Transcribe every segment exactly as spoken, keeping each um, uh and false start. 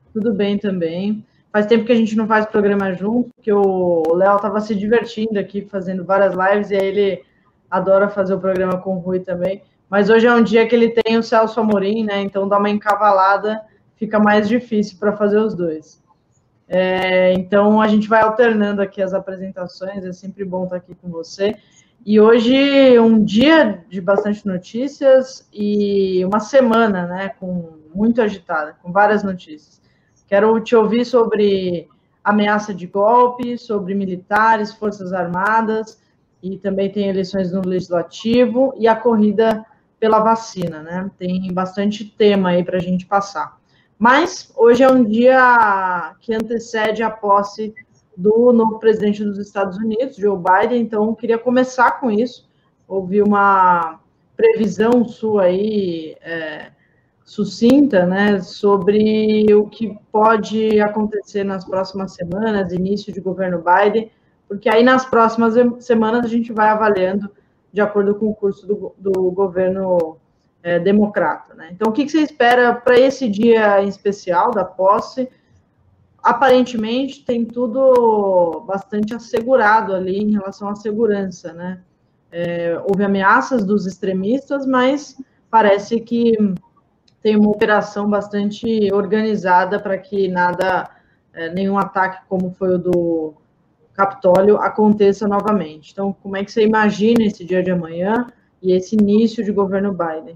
Tudo bem também. Faz tempo que a gente não faz programa junto, porque o Léo estava se divertindo aqui, fazendo várias lives, e aí ele adora fazer o programa com o Rui também. Mas hoje é um dia que ele tem o Celso Amorim, né? Então dá uma encavalada, fica mais difícil para fazer os dois. É, então a gente vai alternando aqui as apresentações, é sempre bom estar aqui com você. E hoje um dia de bastante notícias e uma semana, né, com muito agitada, com várias notícias. Quero te ouvir sobre ameaça de golpe, sobre militares, forças armadas, e também tem eleições no legislativo e a corrida pela vacina, né? Tem bastante tema aí para a gente passar. Mas hoje é um dia que antecede a posse do novo presidente dos Estados Unidos, Joe Biden, então eu queria começar com isso, ouvir uma previsão sua aí, é, sucinta, né, sobre o que pode acontecer nas próximas semanas, início de governo Biden, porque aí nas próximas semanas a gente vai avaliando de acordo com o curso do, do governo é, democrata, né? Então, o que, que você espera para esse dia em especial da posse? Aparentemente tem tudo bastante assegurado ali em relação à segurança, né? É, houve ameaças dos extremistas, mas parece que tem uma operação bastante organizada para que nada, é, nenhum ataque como foi o do Capitólio aconteça novamente. Então, como é que você imagina esse dia de amanhã e esse início de governo Biden?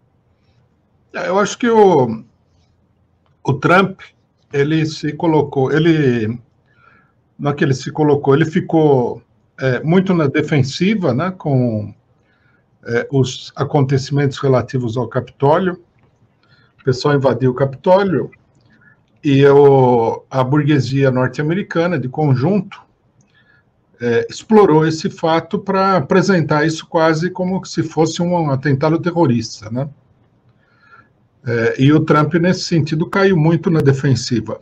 Eu acho que o, o Trump, ele se colocou, ele, não é que ele se colocou, ele ficou é, muito na defensiva, né, com é, os acontecimentos relativos ao Capitólio. O pessoal invadiu o Capitólio e eu, a burguesia norte-americana, de conjunto, é, explorou esse fato para apresentar isso quase como se fosse um atentado terrorista, né? É, e o Trump, nesse sentido, caiu muito na defensiva.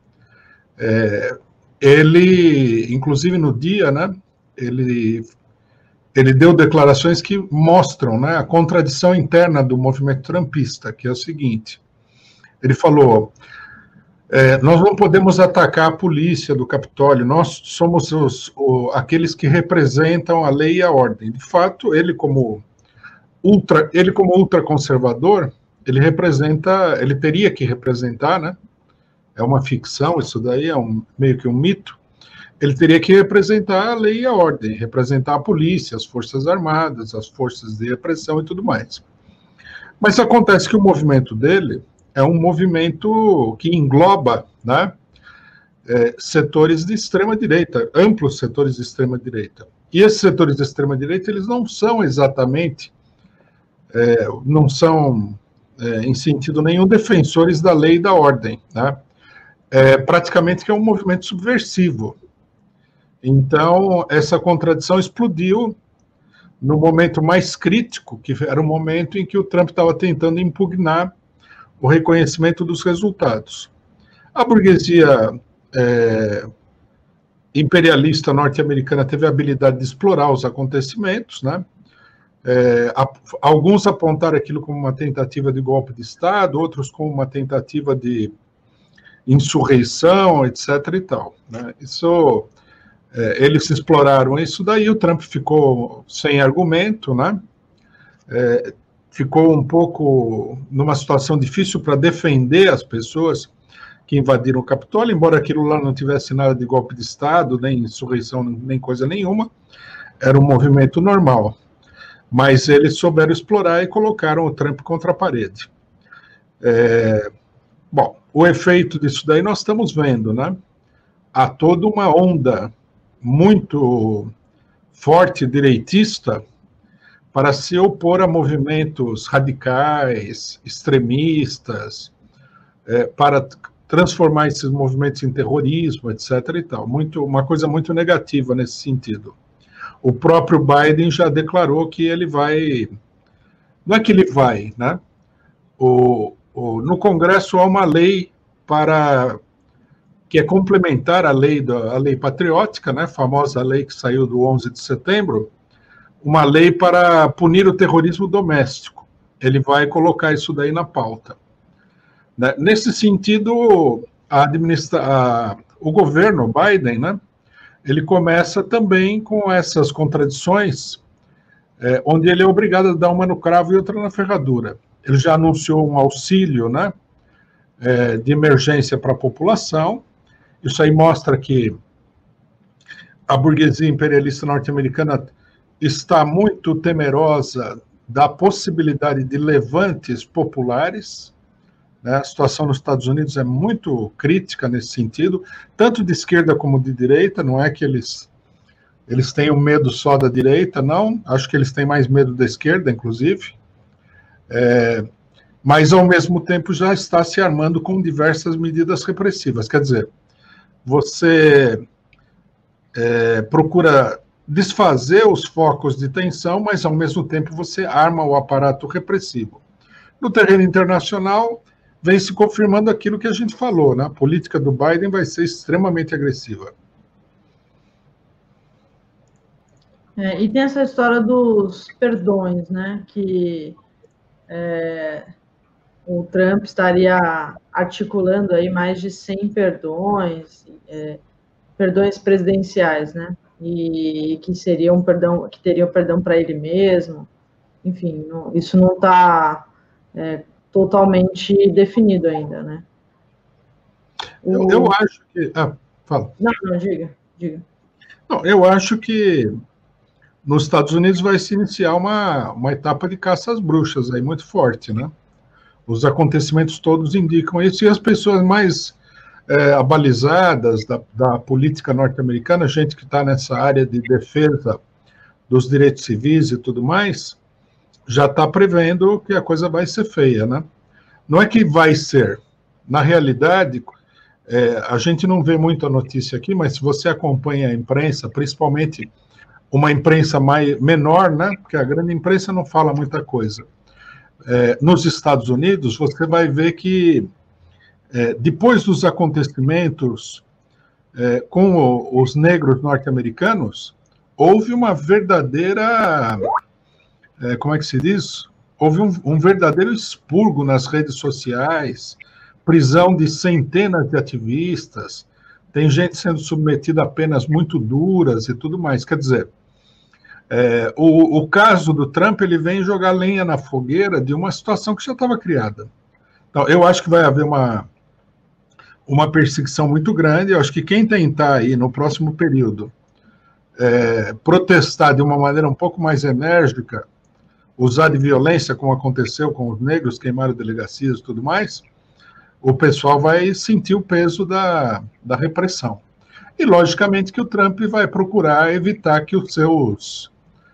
É, ele, inclusive no dia, né, ele, ele deu declarações que mostram, né, a contradição interna do movimento trumpista, que é o seguinte, ele falou, é, nós não podemos atacar a polícia do Capitólio, nós somos os, o, aqueles que representam a lei e a ordem. De fato, ele como ultra, ele como ultraconservador, ele representa, ele teria que representar, né? É uma ficção, isso daí é um, meio que um mito. Ele teria que representar a lei e a ordem, representar a polícia, as forças armadas, as forças de repressão e tudo mais. Mas acontece que o movimento dele é um movimento que engloba, né, é, setores de extrema-direita, amplos setores de extrema-direita. E esses setores de extrema-direita, eles não são exatamente, é, não são... É, em sentido nenhum, defensores da lei e da ordem, né? É, praticamente que é um movimento subversivo. Então, essa contradição explodiu no momento mais crítico, que era o momento em que o Trump estava tentando impugnar o reconhecimento dos resultados. A burguesia é, imperialista norte-americana teve a habilidade de explorar os acontecimentos, né? É, a, alguns apontaram aquilo como uma tentativa de golpe de Estado, outros como uma tentativa de insurreição, etc. e tal, né? Isso, é, eles exploraram isso, daí o Trump ficou sem argumento, né? É, ficou um pouco numa situação difícil para defender as pessoas que invadiram o Capitólio, embora aquilo lá não tivesse nada de golpe de Estado, nem insurreição, nem coisa nenhuma, era um movimento normal. Mas eles souberam explorar e colocaram o Trump contra a parede. É, bom, o efeito disso daí nós estamos vendo, né? Há toda uma onda muito forte direitista para se opor a movimentos radicais, extremistas, é, para transformar esses movimentos em terrorismo, etc. e tal. Muito, uma coisa muito negativa nesse sentido. O próprio Biden já declarou que ele vai... Não é que ele vai, né? O, o, no Congresso há uma lei para... que é complementar à lei, da, a lei patriótica, né? A famosa lei que saiu do onze de setembro, uma lei para punir o terrorismo doméstico. Ele vai colocar isso daí na pauta. Né? Nesse sentido, a administra a, o governo Biden, né, ele começa também com essas contradições, é, onde ele é obrigado a dar uma no cravo e outra na ferradura. Ele já anunciou um auxílio, né, é, de emergência para a população. Isso aí mostra que a burguesia imperialista norte-americana está muito temerosa da possibilidade de levantes populares, né? A situação nos Estados Unidos é muito crítica nesse sentido, tanto de esquerda como de direita. Não é que eles, eles tenham medo só da direita, não, acho que eles têm mais medo da esquerda, inclusive, é, mas ao mesmo tempo já está se armando com diversas medidas repressivas. Quer dizer, você é, procura desfazer os focos de tensão, mas ao mesmo tempo você arma o aparato repressivo. No terreno internacional, vem se confirmando aquilo que a gente falou, né? A política do Biden vai ser extremamente agressiva. É, e tem essa história dos perdões, né? Que é, o Trump estaria articulando aí mais de cem perdões, é, perdões presidenciais, né? E que seria um perdão, que teria um perdão para ele mesmo. Enfim, não, isso não está é, totalmente definido ainda, né? O... Eu, eu acho que... Ah, fala. Não, não, diga, diga. Não, eu acho que nos Estados Unidos vai se iniciar uma, uma etapa de caça às bruxas aí muito forte, né? Os acontecimentos todos indicam isso, e as pessoas mais é, abalizadas da, da política norte-americana, gente que está nessa área de defesa dos direitos civis e tudo mais, já está prevendo que a coisa vai ser feia, né? Não é que vai ser. Na realidade, é, a gente não vê muita notícia aqui, mas se você acompanha a imprensa, principalmente uma imprensa mais, menor, né? Porque a grande imprensa não fala muita coisa. É, nos Estados Unidos, você vai ver que é, depois dos acontecimentos é, com o, os negros norte-americanos, houve uma verdadeira, é, como é que se diz? Houve um, um verdadeiro expurgo nas redes sociais, prisão de centenas de ativistas, tem gente sendo submetida a penas muito duras e tudo mais. Quer dizer, é, o, o caso do Trump, ele vem jogar lenha na fogueira de uma situação que já estava criada. Então, eu acho que vai haver uma, uma perseguição muito grande. Eu acho que quem tentar aí no próximo período é, protestar de uma maneira um pouco mais enérgica, usar de violência, como aconteceu com os negros, queimaram delegacias e tudo mais, o pessoal vai sentir o peso da, da repressão. E, logicamente, que o Trump vai procurar evitar que os seus,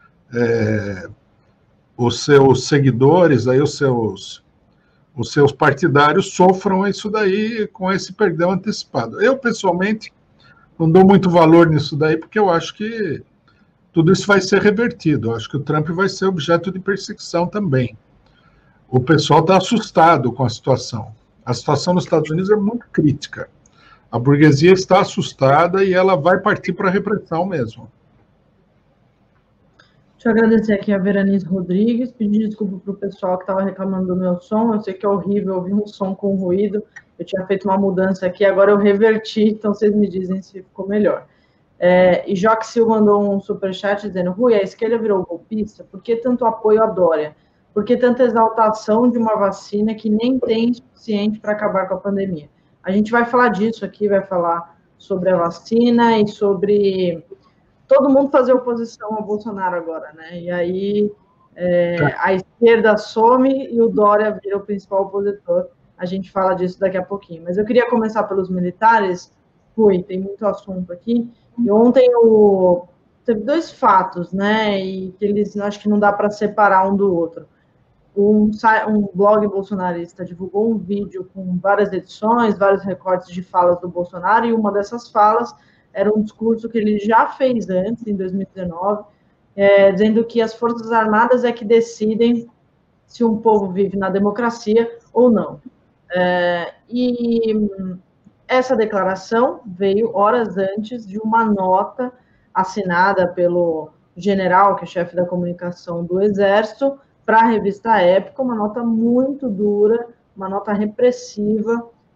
é, os seus seguidores, aí, os, seus, os seus partidários sofram isso daí com esse perdão antecipado. Eu, pessoalmente, não dou muito valor nisso daí, porque eu acho que tudo isso vai ser revertido. Eu acho que o Trump vai ser objeto de perseguição também. O pessoal está assustado com a situação. A situação nos Estados Unidos é muito crítica. A burguesia está assustada e ela vai partir para a repressão mesmo. Deixa eu agradecer aqui a Veranice Rodrigues, pedir desculpa para o pessoal que estava reclamando do meu som. Eu sei que é horrível ouvir um som com ruído. Eu tinha feito uma mudança aqui, agora eu reverti, então vocês me dizem se ficou melhor. É, e Joque Silva mandou um superchat dizendo: Rui, a esquerda virou golpista? Por que tanto apoio à Dória? Por que tanta exaltação de uma vacina que nem tem suficiente para acabar com a pandemia? A gente vai falar disso aqui, vai falar sobre a vacina e sobre todo mundo fazer oposição ao Bolsonaro agora, né? E aí é, a esquerda some e o Dória vira o principal opositor. A gente fala disso daqui a pouquinho. Mas eu queria começar pelos militares. Rui, tem muito assunto aqui. E ontem o... teve dois fatos, né? E que eles acho que não dá para separar um do outro. Um, um blog bolsonarista divulgou um vídeo com várias edições, vários recortes de falas do Bolsonaro, e uma dessas falas era um discurso que ele já fez antes, em dois mil e dezenove, é, dizendo que as Forças Armadas é que decidem se um povo vive na democracia ou não. É, e essa declaração veio horas antes de uma nota assinada pelo general, que é chefe da comunicação do Exército, para a revista Época, uma nota muito dura, uma nota repressiva,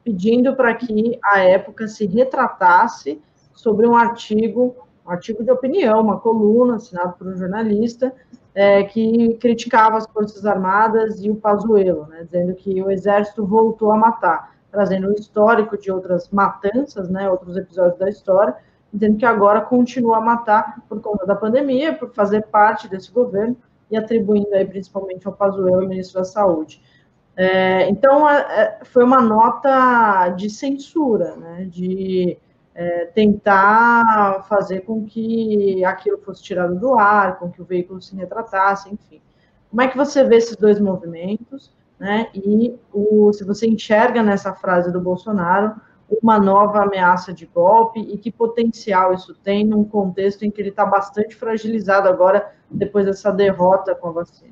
pedindo para que a época se retratasse sobre um artigo, um artigo de opinião, uma coluna assinada por um jornalista, é, que criticava as Forças Armadas e o Pazuello, né, dizendo que o Exército voltou a matar, trazendo um histórico de outras matanças, né, outros episódios da história, dizendo que agora continua a matar por conta da pandemia, por fazer parte desse governo, e atribuindo aí principalmente ao Pazuello, ministro da Saúde. É, então, é, foi uma nota de censura, né, de é, tentar fazer com que aquilo fosse tirado do ar, com que o veículo se retratasse, enfim. Como é que você vê esses dois movimentos, né, e o, se você enxerga nessa frase do Bolsonaro uma nova ameaça de golpe, e que potencial isso tem num contexto em que ele está bastante fragilizado agora, depois dessa derrota com a vacina?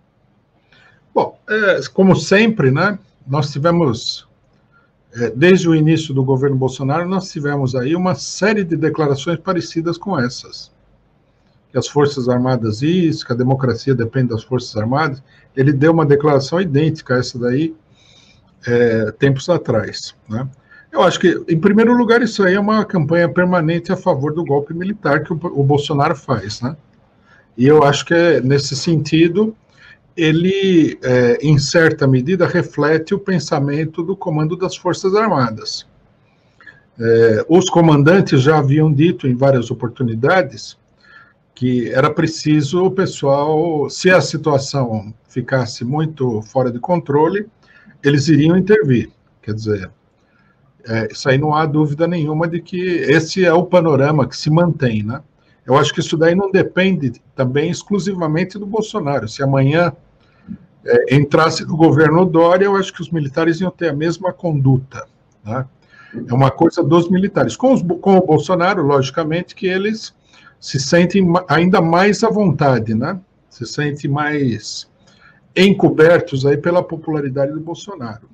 Bom, é, como sempre, né, nós tivemos, é, desde o início do governo Bolsonaro, nós tivemos aí uma série de declarações parecidas com essas. Que as Forças Armadas isso, que a democracia depende das Forças Armadas. Ele deu uma declaração idêntica a essa daí, é, tempos atrás, né? Eu acho que, em primeiro lugar, isso aí é uma campanha permanente a favor do golpe militar que o, o Bolsonaro faz, né? E eu acho que, é, nesse sentido, ele, é, em certa medida, reflete o pensamento do comando das Forças Armadas. É, os comandantes já haviam dito em várias oportunidades que era preciso o pessoal, se a situação ficasse muito fora de controle, eles iriam intervir. Quer dizer, é, isso aí não há dúvida nenhuma de que esse é o panorama que se mantém, né? Eu acho que isso daí não depende também exclusivamente do Bolsonaro. Se amanhã é, entrasse no governo Dória, eu acho que os militares iam ter a mesma conduta, né? É uma coisa dos militares. Com, os, com o Bolsonaro, logicamente, que eles se sentem ainda mais à vontade, né? Se sentem mais encobertos aí pela popularidade do Bolsonaro.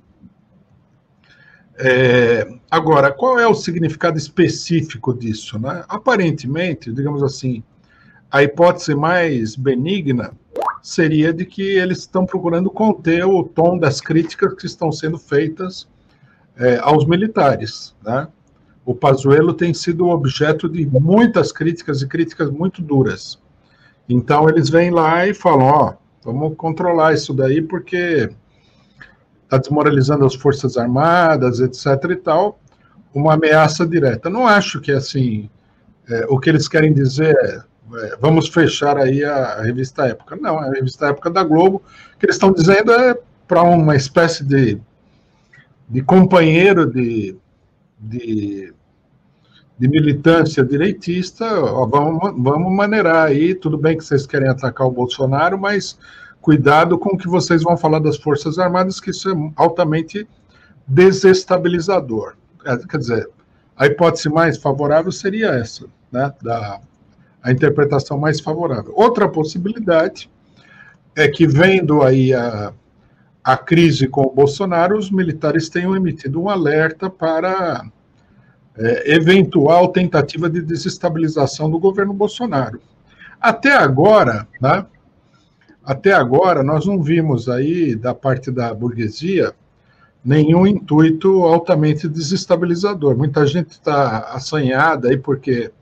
É, agora, qual é o significado específico disso, né? Aparentemente, digamos assim, a hipótese mais benigna seria de que eles estão procurando conter o tom das críticas que estão sendo feitas é, aos militares, né? O Pazuello tem sido objeto de muitas críticas e críticas muito duras. Então, eles vêm lá e falam, ó, vamos controlar isso daí porque está desmoralizando as Forças Armadas, etc e tal, uma ameaça direta. Não acho que, assim, é, o que eles querem dizer é, é, vamos fechar aí a, a revista Época. Não, a revista Época da Globo, o que eles estão dizendo é para uma espécie de, de companheiro de, de, de militância direitista, ó, vamos, vamos maneirar aí, tudo bem que vocês querem atacar o Bolsonaro, mas cuidado com o que vocês vão falar das Forças Armadas, que isso é altamente desestabilizador. Quer dizer, a hipótese mais favorável seria essa, né, da, a interpretação mais favorável. Outra possibilidade é que, vendo aí a, a crise com o Bolsonaro, os militares tenham emitido um alerta para é, eventual tentativa de desestabilização do governo Bolsonaro. Até agora, né, Até agora, nós não vimos aí, da parte da burguesia, nenhum intuito altamente desestabilizador. Muita gente está assanhada aí porque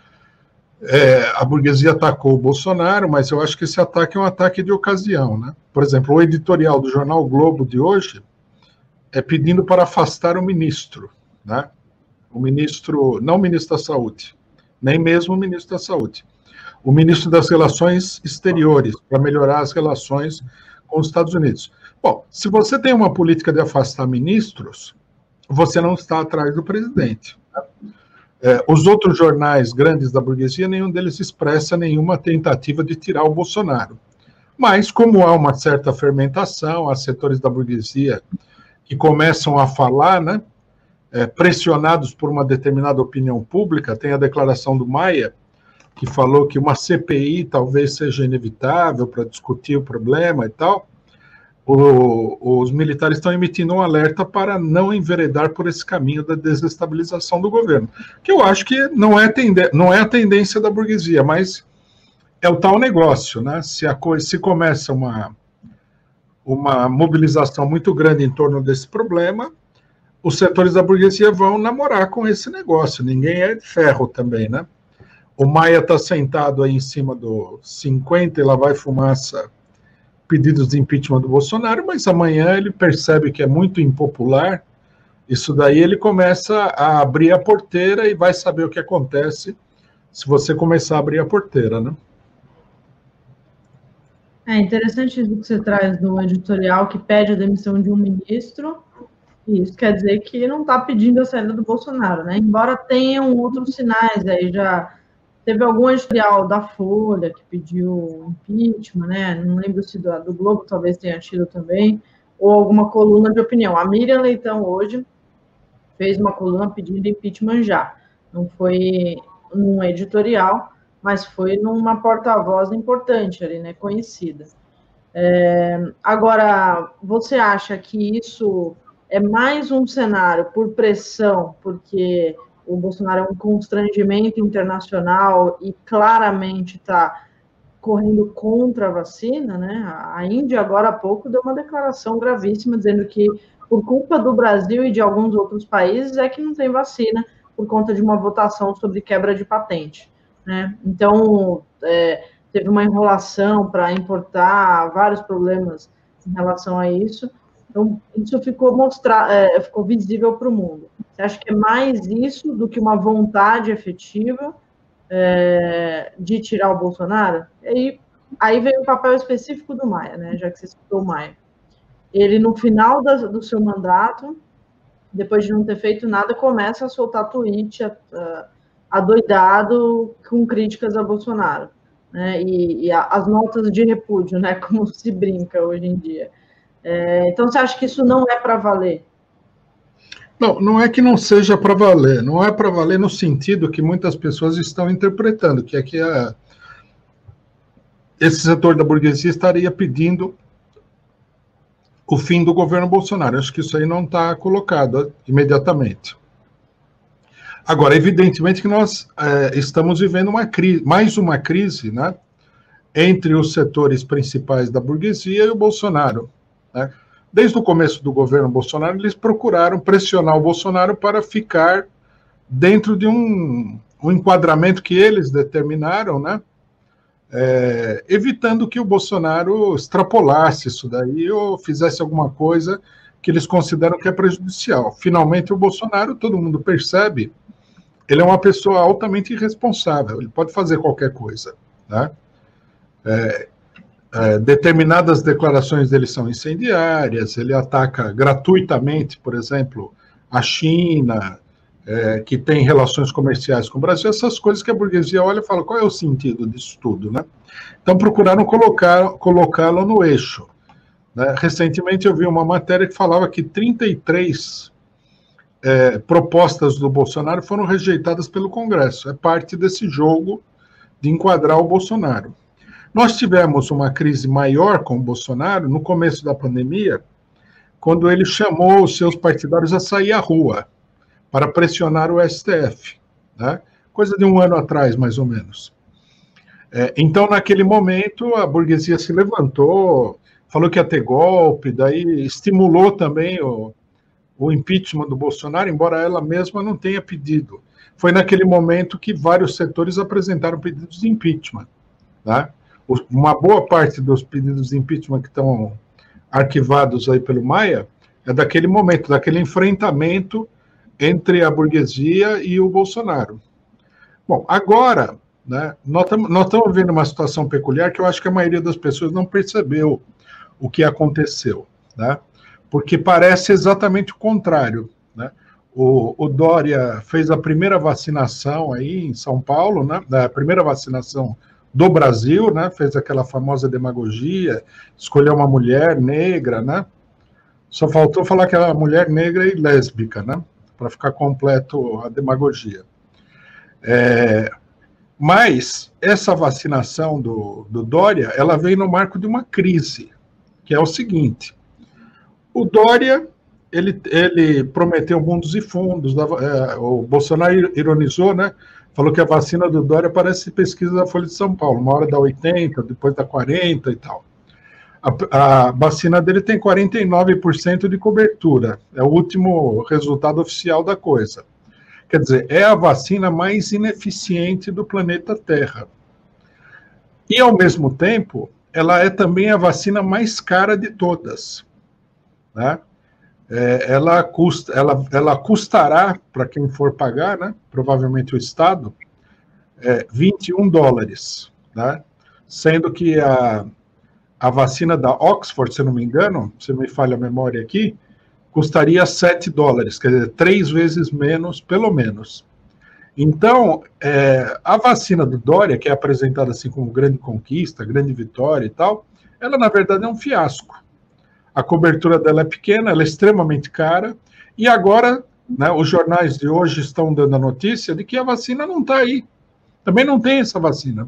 é, a burguesia atacou o Bolsonaro, mas eu acho que esse ataque é um ataque de ocasião, né? Por exemplo, o editorial do jornal o Globo de hoje é pedindo para afastar o ministro, né? O ministro, não o ministro da Saúde, nem mesmo o ministro da Saúde. O ministro das Relações Exteriores, para melhorar as relações com os Estados Unidos. Bom, se você tem uma política de afastar ministros, você não está atrás do presidente. Né? É, os outros jornais grandes da burguesia, nenhum deles expressa nenhuma tentativa de tirar o Bolsonaro. Mas, como há uma certa fermentação, há setores da burguesia que começam a falar, né, é, pressionados por uma determinada opinião pública, tem a declaração do Maia, que falou que uma C P I talvez seja inevitável para discutir o problema e tal, o, os militares estão emitindo um alerta para não enveredar por esse caminho da desestabilização do governo, que eu acho que não é, tende, não é a tendência da burguesia, mas é o tal negócio, né? Se, a coisa, se começa uma, uma mobilização muito grande em torno desse problema, os setores da burguesia vão namorar com esse negócio. Ninguém é de ferro também, né? O Maia está sentado aí em cima do cinquenta e lá vai fumaça, pedidos de impeachment do Bolsonaro, mas amanhã ele percebe que é muito impopular. Isso daí ele começa a abrir a porteira e vai saber o que acontece se você começar a abrir a porteira, né? É interessante isso que você traz no editorial, que pede a demissão de um ministro, e isso quer dizer que não está pedindo a saída do Bolsonaro, né? Embora tenham outros sinais, aí já teve algum editorial da Folha que pediu impeachment, né? Não lembro se do, do Globo talvez tenha tido também, ou alguma coluna de opinião. A Miriam Leitão hoje fez uma coluna pedindo impeachment já. Não foi num editorial, mas foi numa porta-voz importante ali, né, conhecida. É, agora, você acha que isso é mais um cenário por pressão, porque o Bolsonaro é um constrangimento internacional e claramente está correndo contra a vacina, né? A Índia, agora há pouco, deu uma declaração gravíssima, dizendo que por culpa do Brasil e de alguns outros países é que não tem vacina, por conta de uma votação sobre quebra de patente, né? Então, é, teve uma enrolação para importar, vários problemas em relação a isso. Então, isso ficou, mostrar, é, ficou visível para o mundo. Você acha que é mais isso do que uma vontade efetiva é, de tirar o Bolsonaro? E aí, aí veio o papel específico do Maia, né? Já que você citou o Maia. Ele, no final da, do seu mandato, depois de não ter feito nada, começa a soltar tweet a, a, adoidado com críticas a Bolsonaro, né? E, e a, as notas de repúdio, né? Como se brinca hoje em dia. É, então, você acha que isso não é para valer? Não, não é que não seja para valer. Não é para valer no sentido que muitas pessoas estão interpretando, que é que a, esse setor da burguesia estaria pedindo o fim do governo Bolsonaro. Acho que isso aí não está colocado imediatamente. Agora, evidentemente que nós é, estamos vivendo uma crise, mais uma crise, né, entre os setores principais da burguesia e o Bolsonaro, né? Desde o começo do governo Bolsonaro, eles procuraram pressionar o Bolsonaro para ficar dentro de um, um enquadramento que eles determinaram, né? É, evitando que o Bolsonaro extrapolasse isso daí ou fizesse alguma coisa que eles consideram que é prejudicial. Finalmente, o Bolsonaro, todo mundo percebe, ele é uma pessoa altamente irresponsável, ele pode fazer qualquer coisa, né? É, é, determinadas declarações dele são incendiárias, ele ataca gratuitamente, por exemplo, a China, é, que tem relações comerciais com o Brasil, essas coisas que a burguesia olha e fala, qual é o sentido disso tudo, né? Então procuraram colocar, colocá-lo no eixo, né? Recentemente eu vi uma matéria que falava que trinta e três é, propostas do Bolsonaro foram rejeitadas pelo Congresso, é parte desse jogo de enquadrar o Bolsonaro. Nós tivemos uma crise maior com o Bolsonaro no começo da pandemia, quando ele chamou os seus partidários a sair à rua para pressionar o S T F, né? Coisa de um ano atrás, mais ou menos. É, então, naquele momento, a burguesia se levantou, falou que ia ter golpe, daí estimulou também o, o impeachment do Bolsonaro, embora ela mesma não tenha pedido. Foi naquele momento que vários setores apresentaram pedidos de impeachment, né? Uma boa parte dos pedidos de impeachment que estão arquivados aí pelo Maia é daquele momento, daquele enfrentamento entre a burguesia e o Bolsonaro. Bom, agora, né, nós estamos vendo uma situação peculiar que eu acho que a maioria das pessoas não percebeu o que aconteceu, né? Porque parece exatamente o contrário, né? O, o Dória fez a primeira vacinação aí em São Paulo, né? A primeira vacinação do Brasil, né? Fez aquela famosa demagogia, escolheu uma mulher negra, né? Só faltou falar que era mulher negra e lésbica, né? Para ficar completo a demagogia. É, mas essa vacinação do, do Dória, ela veio no marco de uma crise, que é o seguinte: o Dória, ele, ele prometeu mundos e fundos, é, o Bolsonaro ironizou, né? Falou que a vacina do Dória parece pesquisa da Folha de São Paulo, uma hora dá oitenta, depois dá quarenta e tal. A, a vacina dele tem quarenta e nove por cento de cobertura. É o último resultado oficial da coisa. Quer dizer, é a vacina mais ineficiente do planeta Terra. E, ao mesmo tempo, ela é também a vacina mais cara de todas. Né? É, ela, custa, ela, ela custará, para quem for pagar, né, provavelmente o Estado, é, vinte e um dólares. Né? Sendo que a, a vacina da Oxford, se não me engano, se me falha a memória aqui, custaria sete dólares, quer dizer, três vezes menos, pelo menos. Então, é, a vacina do Dória, que é apresentada assim como grande conquista, grande vitória e tal, ela, na verdade, é um fiasco. A cobertura dela é pequena, ela é extremamente cara, e agora, né, os jornais de hoje estão dando a notícia de que a vacina não está aí. Também não tem essa vacina.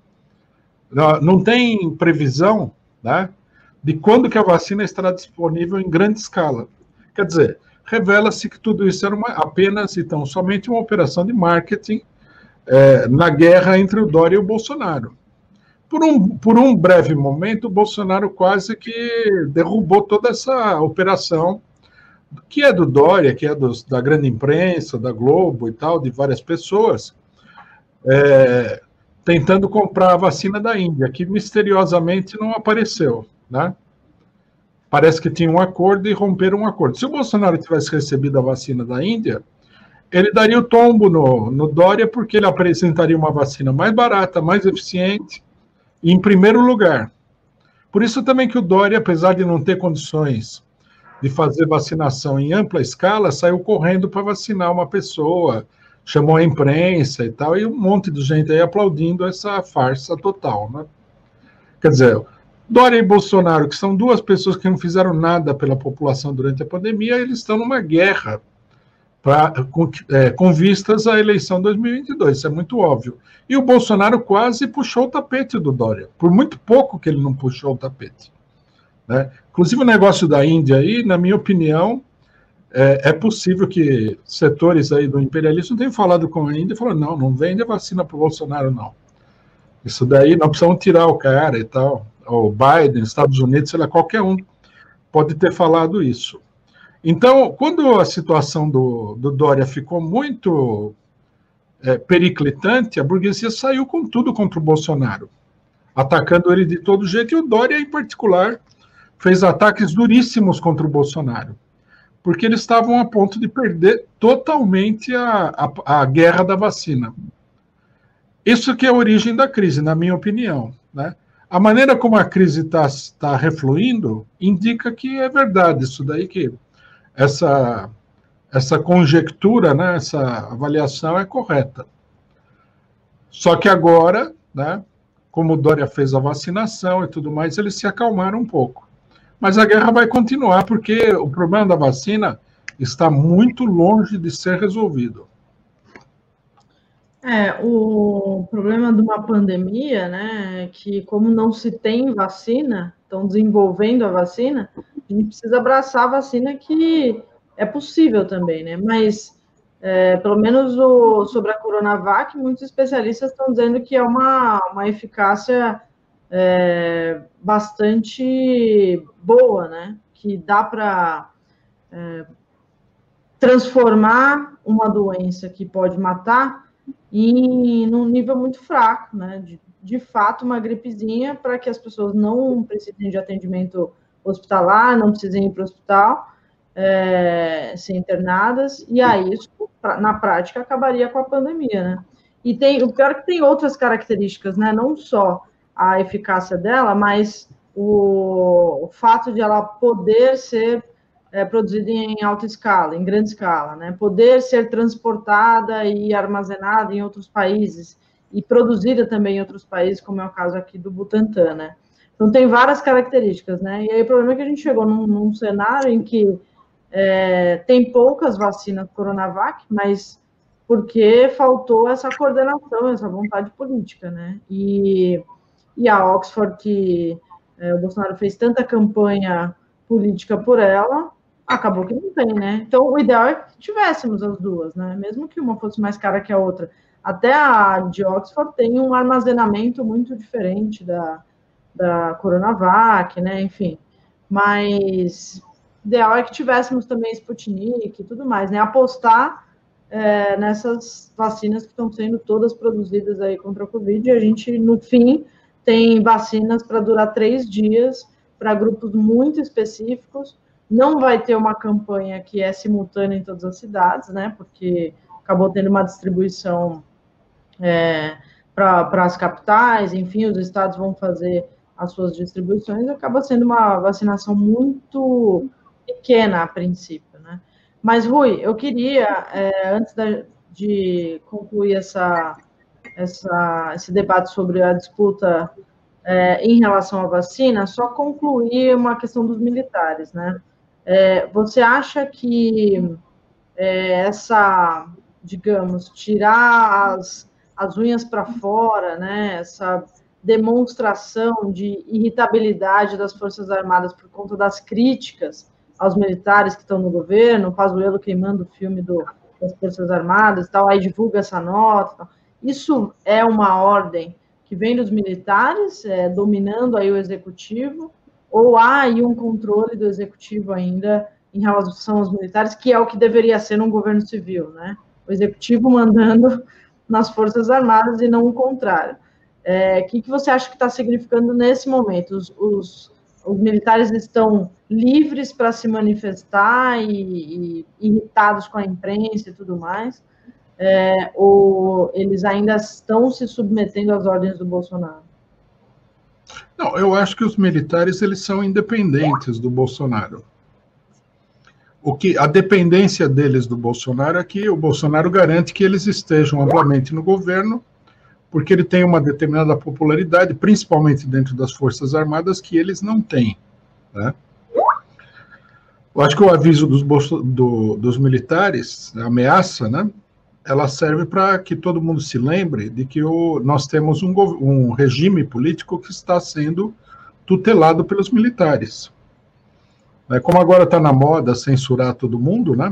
Não, não tem previsão, né, de quando que a vacina estará disponível em grande escala. Quer dizer, revela-se que tudo isso era uma, apenas, então, somente uma operação de marketing é, na guerra entre o Dória e o Bolsonaro. Por um, por um breve momento, o Bolsonaro quase que derrubou toda essa operação, que é do Dória, que é dos, da grande imprensa, da Globo e tal, de várias pessoas, é, tentando comprar a vacina da Índia, que misteriosamente não apareceu, né? Parece que tinha um acordo e romperam um acordo. Se o Bolsonaro tivesse recebido a vacina da Índia, ele daria o tombo no, no Dória, porque ele apresentaria uma vacina mais barata, mais eficiente, e em primeiro lugar. Por isso também que o Dória, apesar de não ter condições de fazer vacinação em ampla escala, saiu correndo para vacinar uma pessoa, chamou a imprensa e tal, e um monte de gente aí aplaudindo essa farsa total, né? Quer dizer, Dória e Bolsonaro, que são duas pessoas que não fizeram nada pela população durante a pandemia, eles estão numa guerra pra, com, é, com vistas à eleição dois mil e vinte e dois, isso é muito óbvio. E o Bolsonaro quase puxou o tapete do Dória, por muito pouco que ele não puxou o tapete. Né? Inclusive o negócio da Índia aí, na minha opinião, é, é possível que setores aí do imperialismo tenham falado com a Índia e falaram, não, não vende a vacina para o Bolsonaro, não. Isso daí, nós precisamos tirar o cara e tal. O Biden, Estados Unidos, sei lá, qualquer um pode ter falado isso. Então, quando a situação do, do Dória ficou muito é, periclitante, a burguesia saiu com tudo contra o Bolsonaro, atacando ele de todo jeito, e o Dória, em particular, fez ataques duríssimos contra o Bolsonaro, porque eles estavam a ponto de perder totalmente a, a, a guerra da vacina. Isso que é a origem da crise, na minha opinião, né? A maneira como a crise está tá refluindo indica que é verdade isso daí, que essa, essa conjectura, né, essa avaliação é correta. Só que agora, né, como o Dória fez a vacinação e tudo mais, eles se acalmaram um pouco. Mas a guerra vai continuar, porque o problema da vacina está muito longe de ser resolvido. É, o problema de uma pandemia, né, é que como não se tem vacina, estão desenvolvendo a vacina, a gente precisa abraçar a vacina que é possível também, né, mas é, pelo menos o, sobre a Coronavac, muitos especialistas estão dizendo que é uma, uma eficácia é, bastante boa, né, que dá para é, transformar uma doença que pode matar e num nível muito fraco, né? De, de fato, uma gripezinha para que as pessoas não precisem de atendimento hospitalar, não precisem ir para o hospital, é, ser internadas, e aí isso, na prática, acabaria com a pandemia, né? E tem, o pior é que tem outras características, né? Não só a eficácia dela, mas o, o fato de ela poder ser É, produzida em alta escala, em grande escala, né? Poder ser transportada e armazenada em outros países e produzida também em outros países, como é o caso aqui do Butantan, né? Então, tem várias características, né? E aí o problema é que a gente chegou num, num cenário em que é, tem poucas vacinas Coronavac, mas porque faltou essa coordenação, essa vontade política, né? E, e a Oxford, que é, o Bolsonaro fez tanta campanha política por ela, acabou que não tem, né? Então, o ideal é que tivéssemos as duas, né? Mesmo que uma fosse mais cara que a outra. Até a de Oxford tem um armazenamento muito diferente da, da Coronavac, né, enfim, mas o ideal é que tivéssemos também Sputnik e tudo mais, né, apostar é, nessas vacinas que estão sendo todas produzidas aí contra a Covid, e a gente, no fim, tem vacinas para durar três dias, para grupos muito específicos. Não vai ter uma campanha que é simultânea em todas as cidades, né, porque acabou tendo uma distribuição é, para as capitais, enfim, os estados vão fazer as suas distribuições, acaba sendo uma vacinação muito pequena a princípio, né? Mas, Rui, eu queria, é, antes da, de concluir essa, essa, esse debate sobre a disputa é, em relação à vacina, só concluir uma questão dos militares, né? É, você acha que é, essa, digamos, tirar as, as unhas para fora, né? Essa demonstração de irritabilidade das Forças Armadas por conta das críticas aos militares que estão no governo, o Pazuello queimando o filme do, das Forças Armadas e tal, aí divulga essa nota. Tal. Isso é uma ordem que vem dos militares, é, dominando aí o executivo, ou há aí um controle do executivo ainda em relação aos militares, que é o que deveria ser num governo civil, né? O executivo mandando nas Forças Armadas e não o contrário. É, o que, que você acha que está significando nesse momento? Os, os, os militares estão livres para se manifestar e, e irritados com a imprensa e tudo mais, é, ou eles ainda estão se submetendo às ordens do Bolsonaro? Não, eu acho que os militares eles são independentes do Bolsonaro. O que, a dependência deles do Bolsonaro é que o Bolsonaro garante que eles estejam amplamente no governo, porque ele tem uma determinada popularidade, principalmente dentro das Forças Armadas, que eles não têm. Né? Eu acho que o aviso dos, do, dos militares, a ameaça, né, ela serve para que todo mundo se lembre de que o, nós temos um, um regime político que está sendo tutelado pelos militares. Como agora está na moda censurar todo mundo, né?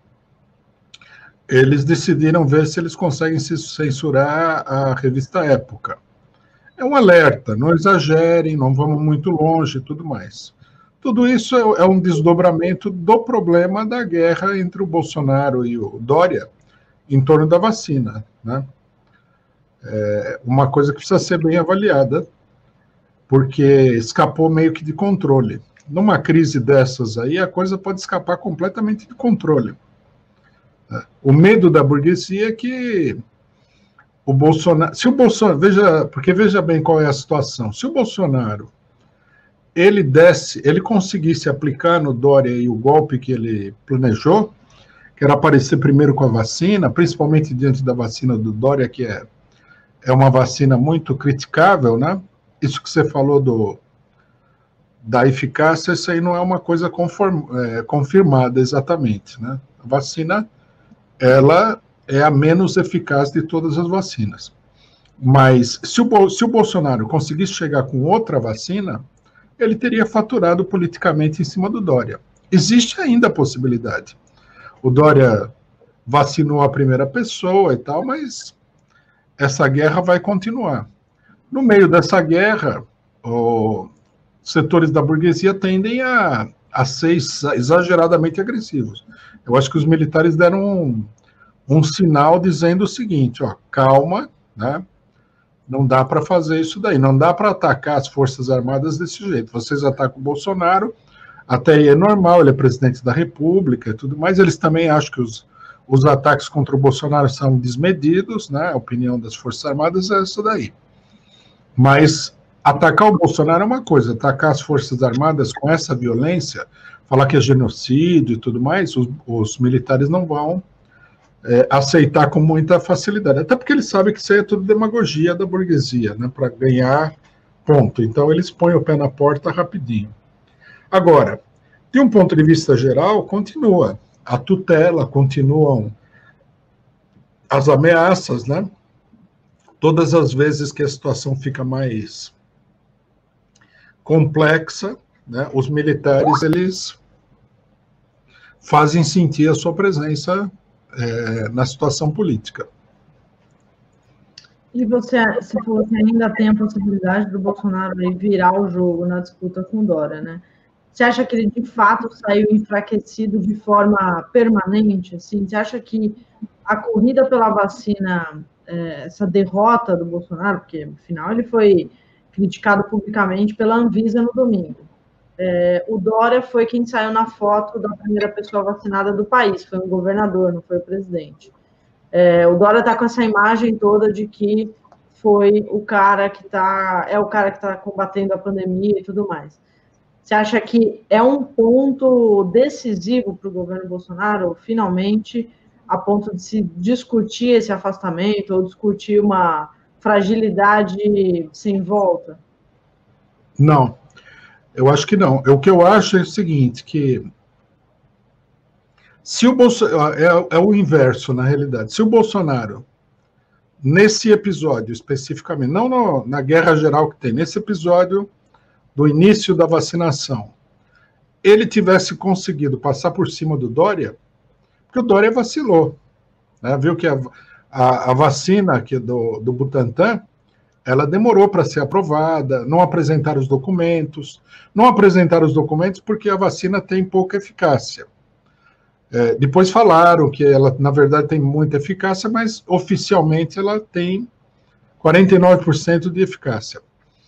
Eles decidiram ver se eles conseguem censurar a revista Época. É um alerta, não exagerem, não vamos muito longe e tudo mais. Tudo isso é um desdobramento do problema da guerra entre o Bolsonaro e o Dória em torno da vacina, né? É uma coisa que precisa ser bem avaliada, porque escapou meio que de controle. Numa crise dessas aí, a coisa pode escapar completamente de controle. O medo da burguesia é que o Bolsonaro... Se o Bolsonaro... Veja, porque veja bem qual é a situação. Se o Bolsonaro ele desse, ele conseguisse aplicar no Dória aí o golpe que ele planejou, que era aparecer primeiro com a vacina, principalmente diante da vacina do Dória, que é, é uma vacina muito criticável, né? Isso que você falou do... da eficácia, isso aí não é uma coisa conform, é, confirmada exatamente, né? A vacina, ela é a menos eficaz de todas as vacinas. Mas se o, se o Bolsonaro conseguisse chegar com outra vacina, ele teria faturado politicamente em cima do Dória. Existe ainda a possibilidade. O Dória vacinou a primeira pessoa e tal, mas essa guerra vai continuar. No meio dessa guerra, o setores da burguesia tendem a, a ser exageradamente agressivos. Eu acho que os militares deram um, um sinal dizendo o seguinte, ó, calma, né? Não dá para fazer isso daí, não dá para atacar as Forças Armadas desse jeito. Vocês atacam o Bolsonaro, até aí é normal, ele é presidente da República e tudo mais, eles também acham que os, os ataques contra o Bolsonaro são desmedidos, né? A opinião das Forças Armadas é essa daí. Mas atacar o Bolsonaro é uma coisa, atacar as Forças Armadas com essa violência, falar que é genocídio e tudo mais, os, os militares não vão é, aceitar com muita facilidade, até porque eles sabem que isso aí é tudo demagogia da burguesia, né, para ganhar ponto. Então eles põem o pé na porta rapidinho. Agora, de um ponto de vista geral, continua a tutela, continuam as ameaças, né? Todas as vezes que a situação fica mais complexa, né, os militares eles fazem sentir a sua presença é, na situação política. E você, você falou que ainda tem a possibilidade do Bolsonaro aí virar o jogo na disputa com o Dória, né? Você acha que ele, de fato, saiu enfraquecido de forma permanente? Assim? Você acha que a corrida pela vacina, é, essa derrota do Bolsonaro, porque, afinal, ele foi criticado publicamente pela Anvisa no domingo. É, o Dória foi quem saiu na foto da primeira pessoa vacinada do país, foi um governador, não foi o presidente. É, o Dória está com essa imagem toda de que foi o cara que está, é o cara que está combatendo a pandemia e tudo mais. Você acha que é um ponto decisivo para o governo Bolsonaro, finalmente, a ponto de se discutir esse afastamento ou discutir uma fragilidade sem volta? Não, eu acho que não. O que eu acho é o seguinte, que se o Bolsonaro, é, é o inverso, na realidade, se o Bolsonaro, nesse episódio especificamente, não no, na guerra geral que tem, nesse episódio do início da vacinação, ele tivesse conseguido passar por cima do Dória, porque o Dória vacilou, né? Viu que a, a, a vacina aqui do, do Butantan, ela demorou para ser aprovada, não apresentaram os documentos, não apresentaram os documentos porque a vacina tem pouca eficácia. É, depois falaram que ela, na verdade, tem muita eficácia, mas oficialmente ela tem quarenta e nove por cento de eficácia.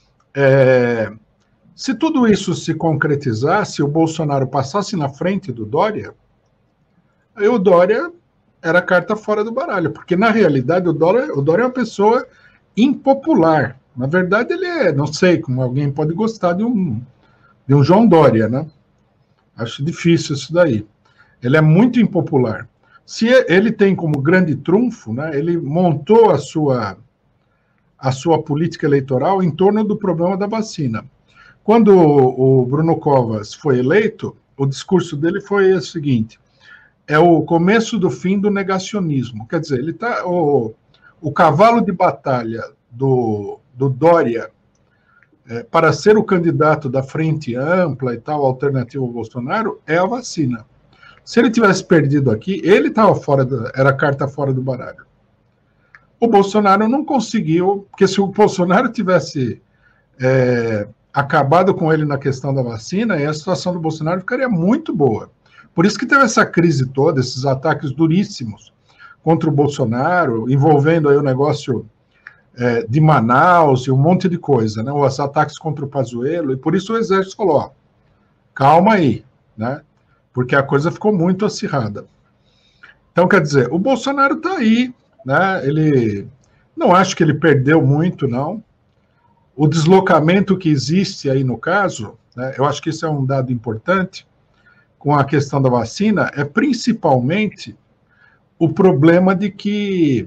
É, se tudo isso se concretizasse, o Bolsonaro passasse na frente do Dória, aí o Dória era carta fora do baralho, porque na realidade o Dória, o Dória é uma pessoa impopular. Na verdade, ele é, não sei como alguém pode gostar de um, de um João Dória, né? Acho difícil isso daí. Ele é muito impopular. Se ele tem como grande trunfo, né, ele montou a sua, a sua política eleitoral em torno do problema da vacina. Quando o Bruno Covas foi eleito, o discurso dele foi o seguinte: é o começo do fim do negacionismo. Quer dizer, ele tá, o, o cavalo de batalha do, do Dória é, para ser o candidato da frente ampla e tal, alternativa ao Bolsonaro, é a vacina. Se ele tivesse perdido aqui, ele estava fora, do, era a carta fora do baralho. O Bolsonaro não conseguiu, porque se o Bolsonaro tivesse é, acabado com ele na questão da vacina, a situação do Bolsonaro ficaria muito boa. Por isso que teve essa crise toda, esses ataques duríssimos contra o Bolsonaro, envolvendo aí o negócio é, de Manaus e um monte de coisa, né? Os ataques contra o Pazuello, e por isso o Exército falou, ó, calma aí, né? Porque a coisa ficou muito acirrada. Então, quer dizer, o Bolsonaro está aí, né? Ele, não acho que ele perdeu muito, não. O deslocamento que existe aí no caso, né, eu acho que isso é um dado importante, com a questão da vacina, é principalmente o problema de que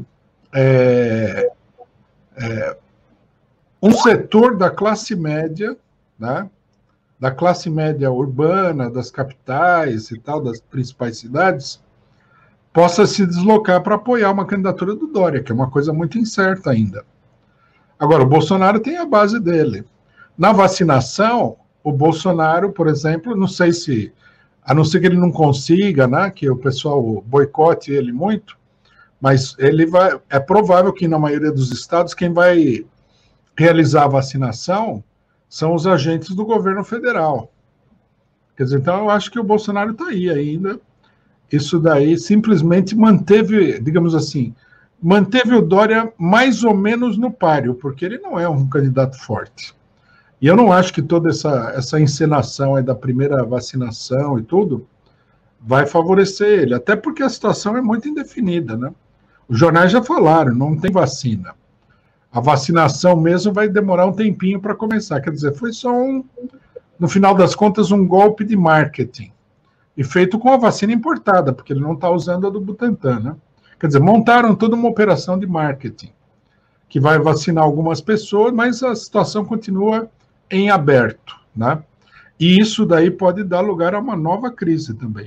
é, é, um setor da classe média, né, da classe média urbana, das capitais e tal, das principais cidades, possa se deslocar para apoiar uma candidatura do Dória, que é uma coisa muito incerta ainda. Agora, o Bolsonaro tem a base dele. Na vacinação, o Bolsonaro, por exemplo, não sei se, a não ser que ele não consiga, né, que o pessoal boicote ele muito, mas ele vai, é provável que na maioria dos estados quem vai realizar a vacinação são os agentes do governo federal. Quer dizer, então eu acho que o Bolsonaro está aí ainda. Isso daí simplesmente manteve, digamos assim, manteve o Dória mais ou menos no páreo, porque ele não é um candidato forte. E eu não acho que toda essa, essa encenação aí da primeira vacinação e tudo vai favorecer ele, até porque a situação é muito indefinida, né? Os jornais já falaram, não tem vacina. A vacinação mesmo vai demorar um tempinho para começar. Quer dizer, foi só um, no final das contas, um golpe de marketing. E feito com a vacina importada, porque ele não está usando a do Butantan, né? Quer dizer, montaram toda uma operação de marketing, que vai vacinar algumas pessoas, mas a situação continua em aberto, né? E isso daí pode dar lugar a uma nova crise também.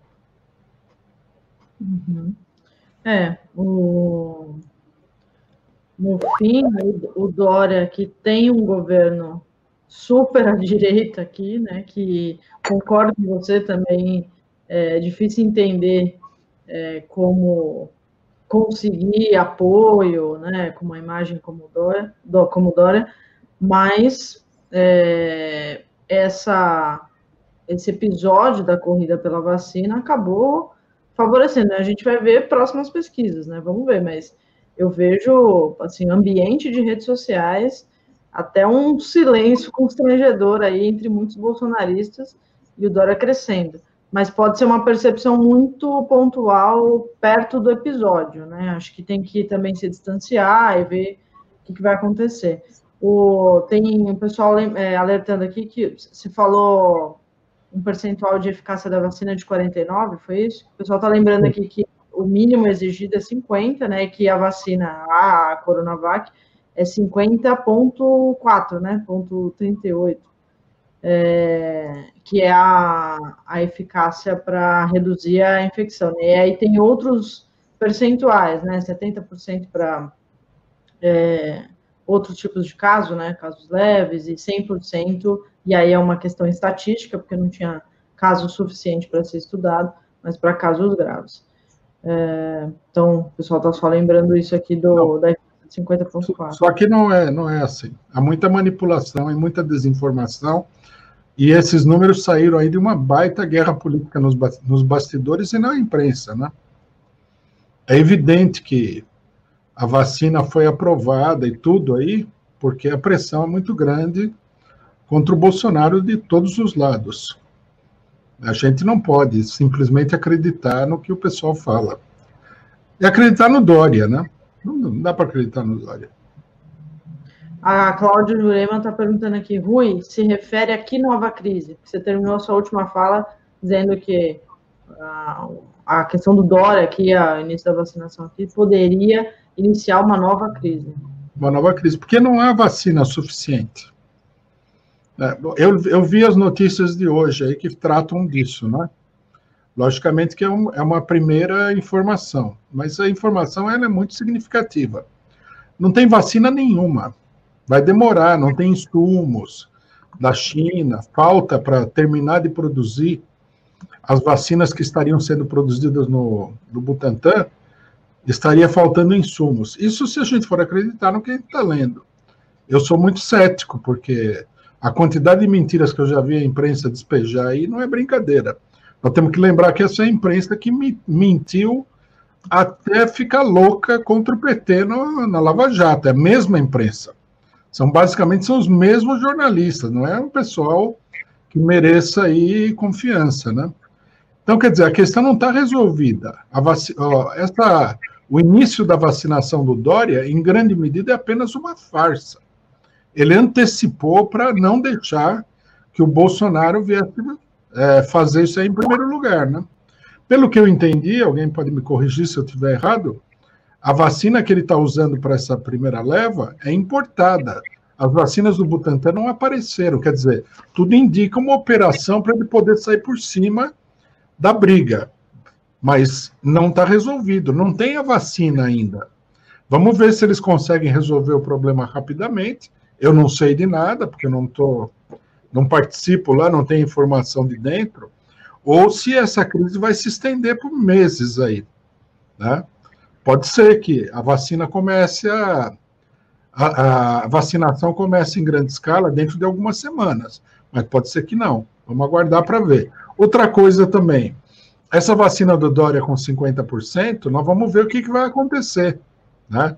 Uhum. É, o... no fim, o Dória, que tem um governo super à direita aqui, né, que concordo com você também, é difícil entender é, como, conseguir apoio, né, com uma imagem como Dória, como Dória, mas é, essa, esse episódio da corrida pela vacina acabou favorecendo, né? A gente vai ver próximas pesquisas, né? Vamos ver, mas eu vejo, assim, ambiente de redes sociais, até um silêncio constrangedor aí entre muitos bolsonaristas e o Dória crescendo. Mas pode ser uma percepção muito pontual perto do episódio, né? Acho que tem que também se distanciar e ver o que, que vai acontecer. O, tem o pessoal é, alertando aqui que se falou um percentual de eficácia da vacina de quarenta e nove, foi isso? O pessoal está lembrando aqui que o mínimo exigido é cinquenta, né? Que a vacina, a Coronavac, é cinquenta ponto quatro, né? Ponto trinta e oito. É, que é a, a eficácia para reduzir a infecção. E aí tem outros percentuais, né? setenta por cento para é, outros tipos de casos, né? Casos leves, e cem por cento, e aí é uma questão estatística, porque não tinha caso suficiente para ser estudado, mas para casos graves. É, então, o pessoal está só lembrando isso aqui do, da cinquenta ponto quatro. Só que não é, não é assim. Há muita manipulação e muita desinformação, e esses números saíram aí de uma baita guerra política nos, nos bastidores e na imprensa, né? É evidente que a vacina foi aprovada e tudo aí, porque a pressão é muito grande contra o Bolsonaro de todos os lados. A gente não pode simplesmente acreditar no que o pessoal fala. E acreditar no Dória, né? Não dá para acreditar no Dória. A Cláudia Jurema está perguntando aqui, Rui, se refere a que nova crise? Você terminou a sua última fala dizendo que a, a questão do Dória, aqui, o início da vacinação aqui, poderia iniciar uma nova crise. Uma nova crise, porque não há vacina suficiente. Eu, eu vi as notícias de hoje aí que tratam disso, né? Logicamente que é, um, é uma primeira informação, mas a informação ela é muito significativa. Não tem vacina nenhuma. Vai demorar, não tem insumos da China, falta para terminar de produzir as vacinas que estariam sendo produzidas no, no Butantan, estaria faltando insumos. Isso se a gente for acreditar no que a gente está lendo. Eu sou muito cético, porque a quantidade de mentiras que eu já vi a imprensa despejar aí não é brincadeira. Nós temos que lembrar que essa é a imprensa que mentiu até ficar louca contra o P T no, na Lava Jato, é a mesma imprensa. São basicamente são os mesmos jornalistas, não é um pessoal que mereça aí confiança, né? Então, quer dizer, a questão não está resolvida. A vac... oh, essa... O início da vacinação do Dória, em grande medida, é apenas uma farsa. Ele antecipou para não deixar que o Bolsonaro viesse é, fazer isso aí em primeiro lugar, né? Pelo que eu entendi, alguém pode me corrigir se eu estiver errado, a vacina que ele está usando para essa primeira leva é importada. As vacinas do Butantan não apareceram, quer dizer, tudo indica uma operação para ele poder sair por cima da briga. Mas não está resolvido, não tem a vacina ainda. Vamos ver se eles conseguem resolver o problema rapidamente. Eu não sei de nada, porque eu não, tô, não participo lá, não tenho informação de dentro, ou se essa crise vai se estender por meses aí, né? Pode ser que a vacina comece a, a, a vacinação comece em grande escala dentro de algumas semanas, mas pode ser que não. Vamos aguardar para ver. Outra coisa também, essa vacina do Dória com cinquenta por cento, nós vamos ver o que, que vai acontecer, né?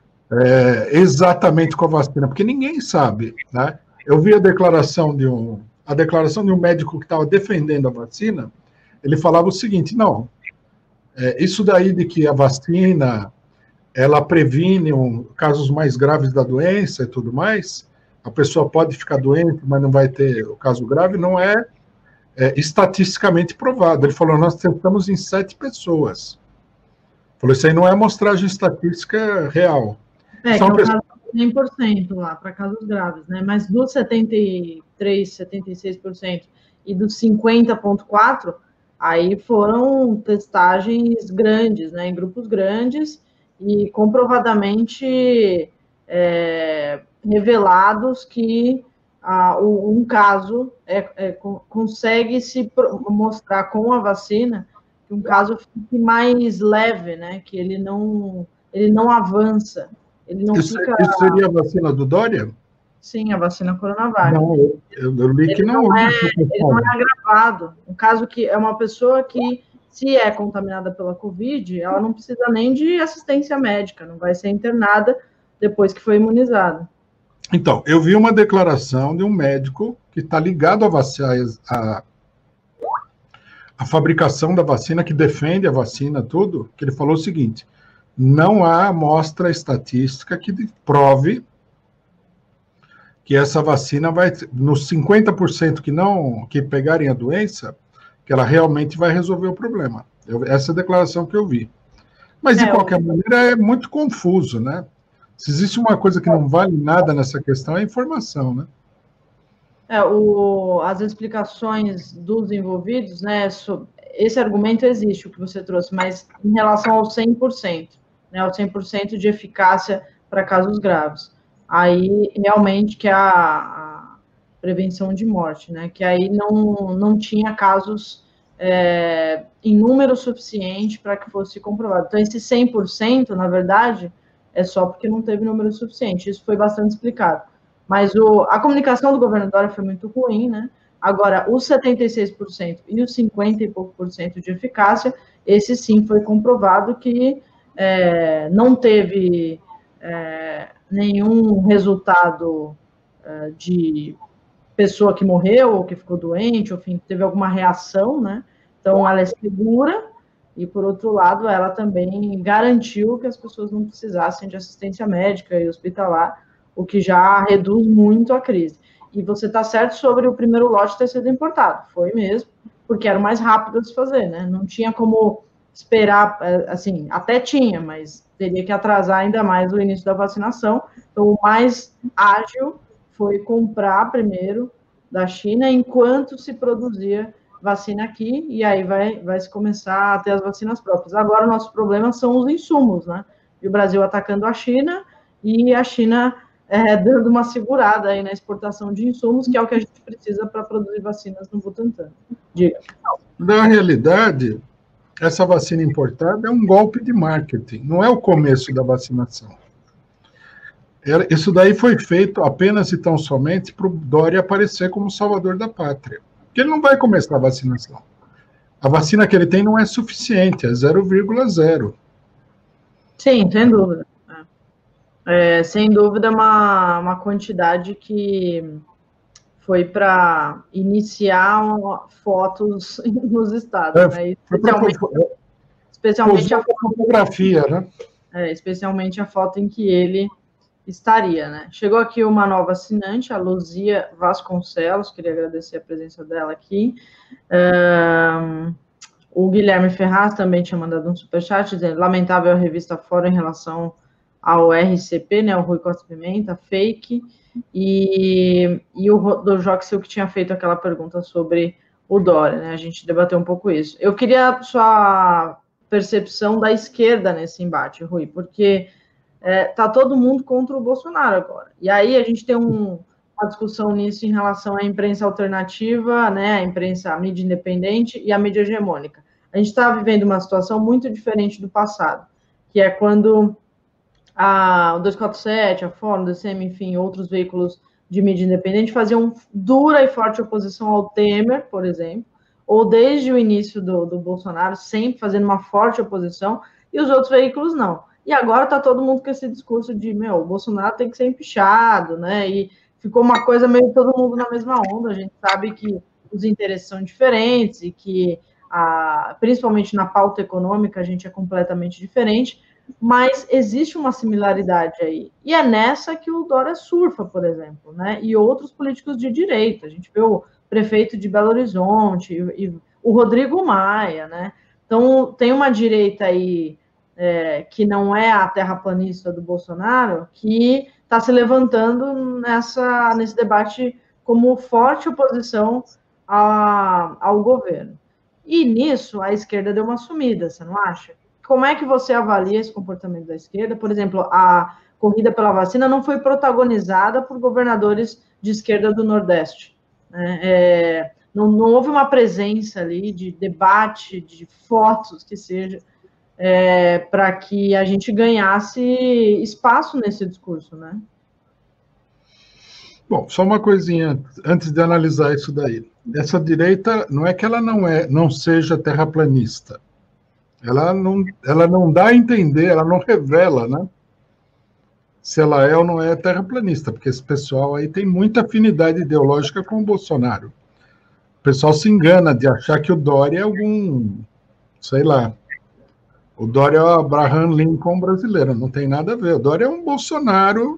É, exatamente com a vacina, porque ninguém sabe, né? Eu vi a declaração de um, a declaração de um médico que estava defendendo a vacina, ele falava o seguinte, não, é, isso daí de que a vacina, ela previne um, casos mais graves da doença e tudo mais, a pessoa pode ficar doente, mas não vai ter o caso grave, não é, é estatisticamente provado. Ele falou, nós testamos em sete pessoas. Falou, isso aí não é amostragem estatística real. É, São que é o caso de cem por cento lá, para casos graves, né? Mas dos setenta e três, setenta e seis por cento e dos cinquenta vírgula quatro por cento, aí foram testagens grandes, né? Em grupos grandes e comprovadamente é, revelados que ah, um caso é, é, consegue se mostrar com a vacina que um caso fique mais leve, né? Que ele não, ele não avança. Ele não isso, fica... isso seria a vacina do Dória? Sim, a vacina Coronavac. Não, eu, eu li que ele não. Não é, ele não é agravado. Um caso que é uma pessoa que, se é contaminada pela Covid, ela não precisa nem de assistência médica, não vai ser internada depois que foi imunizada. Então, eu vi uma declaração de um médico que está ligado à vacina, a, a fabricação da vacina, que defende a vacina, tudo, que ele falou o seguinte: não há amostra estatística que prove que essa vacina vai, nos cinquenta por cento que não, que pegarem a doença, que ela realmente vai resolver o problema. Eu, essa é a declaração que eu vi. Mas, de é, qualquer eu... maneira, é muito confuso, né? Se existe uma coisa que não vale nada nessa questão, é a informação, né? É, o, as explicações dos envolvidos, né, so, esse argumento existe, o que você trouxe, mas em relação ao cem por cento, né, ao cem por cento de eficácia para casos graves. Aí, realmente, que é a, a prevenção de morte, né, que aí não, não tinha casos é, em número suficiente para que fosse comprovado. Então, esse cem por cento, na verdade, é só porque não teve número suficiente. Isso foi bastante explicado. Mas o, a comunicação do governo Dória foi muito ruim, né? Agora, os setenta e seis por cento e os cinquenta e pouco por cento de eficácia, esse sim foi comprovado que é, não teve é, nenhum resultado é, de pessoa que morreu ou que ficou doente, ou enfim, teve alguma reação, né? Então, ela é segura e, por outro lado, ela também garantiu que as pessoas não precisassem de assistência médica e hospitalar, o que já reduz muito a crise. E você está certo sobre o primeiro lote ter sido importado, foi mesmo, porque era o mais rápido de se fazer, né? Não tinha como esperar, assim, até tinha, mas teria que atrasar ainda mais o início da vacinação. Então, o mais ágil foi comprar primeiro da China, enquanto se produzia vacina aqui, e aí vai, vai se começar a ter as vacinas próprias. Agora, o nosso problema são os insumos, né? E o Brasil atacando a China, e a China é, dando uma segurada aí na exportação de insumos, que é o que a gente precisa para produzir vacinas no Butantan. Diga. Na realidade, essa vacina importada é um golpe de marketing, não é o começo da vacinação. Isso daí foi feito apenas e tão somente para o Dória aparecer como salvador da pátria. Porque ele não vai começar a vacinação. A vacina que ele tem não é suficiente, é zero vírgula zero. Sim, sem dúvida. É, sem dúvida, uma, uma quantidade que foi para iniciar fotos nos estados, é, né? Especialmente, especialmente a fotografia, né? É, especialmente a foto em que ele estaria, né? Chegou aqui uma nova assinante, a Luzia Vasconcelos, queria agradecer a presença dela aqui. Um, o Guilherme Ferraz também tinha mandado um superchat, dizendo, lamentável a revista Fora em relação ao R C P, né, o Rui Costa Pimenta, fake, e, e o do Joxil que tinha feito aquela pergunta sobre o Dória, né, a gente debateu um pouco isso. Eu queria sua percepção da esquerda nesse embate, Rui, porque é, tá todo mundo contra o Bolsonaro agora, e aí a gente tem um, uma discussão nisso em relação à imprensa alternativa, né, a imprensa, a mídia independente e a mídia hegemônica. A gente está vivendo uma situação muito diferente do passado, que é quando a, o dois quatro sete, a Fórum, o D C M, enfim, outros veículos de mídia independente faziam dura e forte oposição ao Temer, por exemplo, ou desde o início do, do Bolsonaro, sempre fazendo uma forte oposição, e os outros veículos não. E agora está todo mundo com esse discurso de, meu, o Bolsonaro tem que ser empichado, né, e ficou uma coisa meio todo mundo na mesma onda. A gente sabe que os interesses são diferentes e que, a, principalmente na pauta econômica, a gente é completamente diferente, mas existe uma similaridade aí. E é nessa que o Dória surfa, por exemplo, né? E outros políticos de direita. A gente vê o prefeito de Belo Horizonte e, e o Rodrigo Maia, né? Então, tem uma direita aí é, que não é a terraplanista do Bolsonaro, que está se levantando nessa, nesse debate como forte oposição a, ao governo. E nisso, a esquerda deu uma sumida, você não acha? Como é que você avalia esse comportamento da esquerda? Por exemplo, a corrida pela vacina não foi protagonizada por governadores de esquerda do Nordeste. Né? É, Não, não houve uma presença ali de debate, de fotos, que seja, é, para que a gente ganhasse espaço nesse discurso, né? Bom, só uma coisinha antes de analisar isso daí. Essa direita não é que ela não é, não seja terraplanista. Ela não, ela não dá a entender, ela não revela, né? Se ela é ou não é terraplanista, porque esse pessoal aí tem muita afinidade ideológica com o Bolsonaro. O pessoal se engana de achar que o Dória é algum, sei lá, o Dória é o Abraham Lincoln brasileiro, não tem nada a ver. O Dória é um Bolsonaro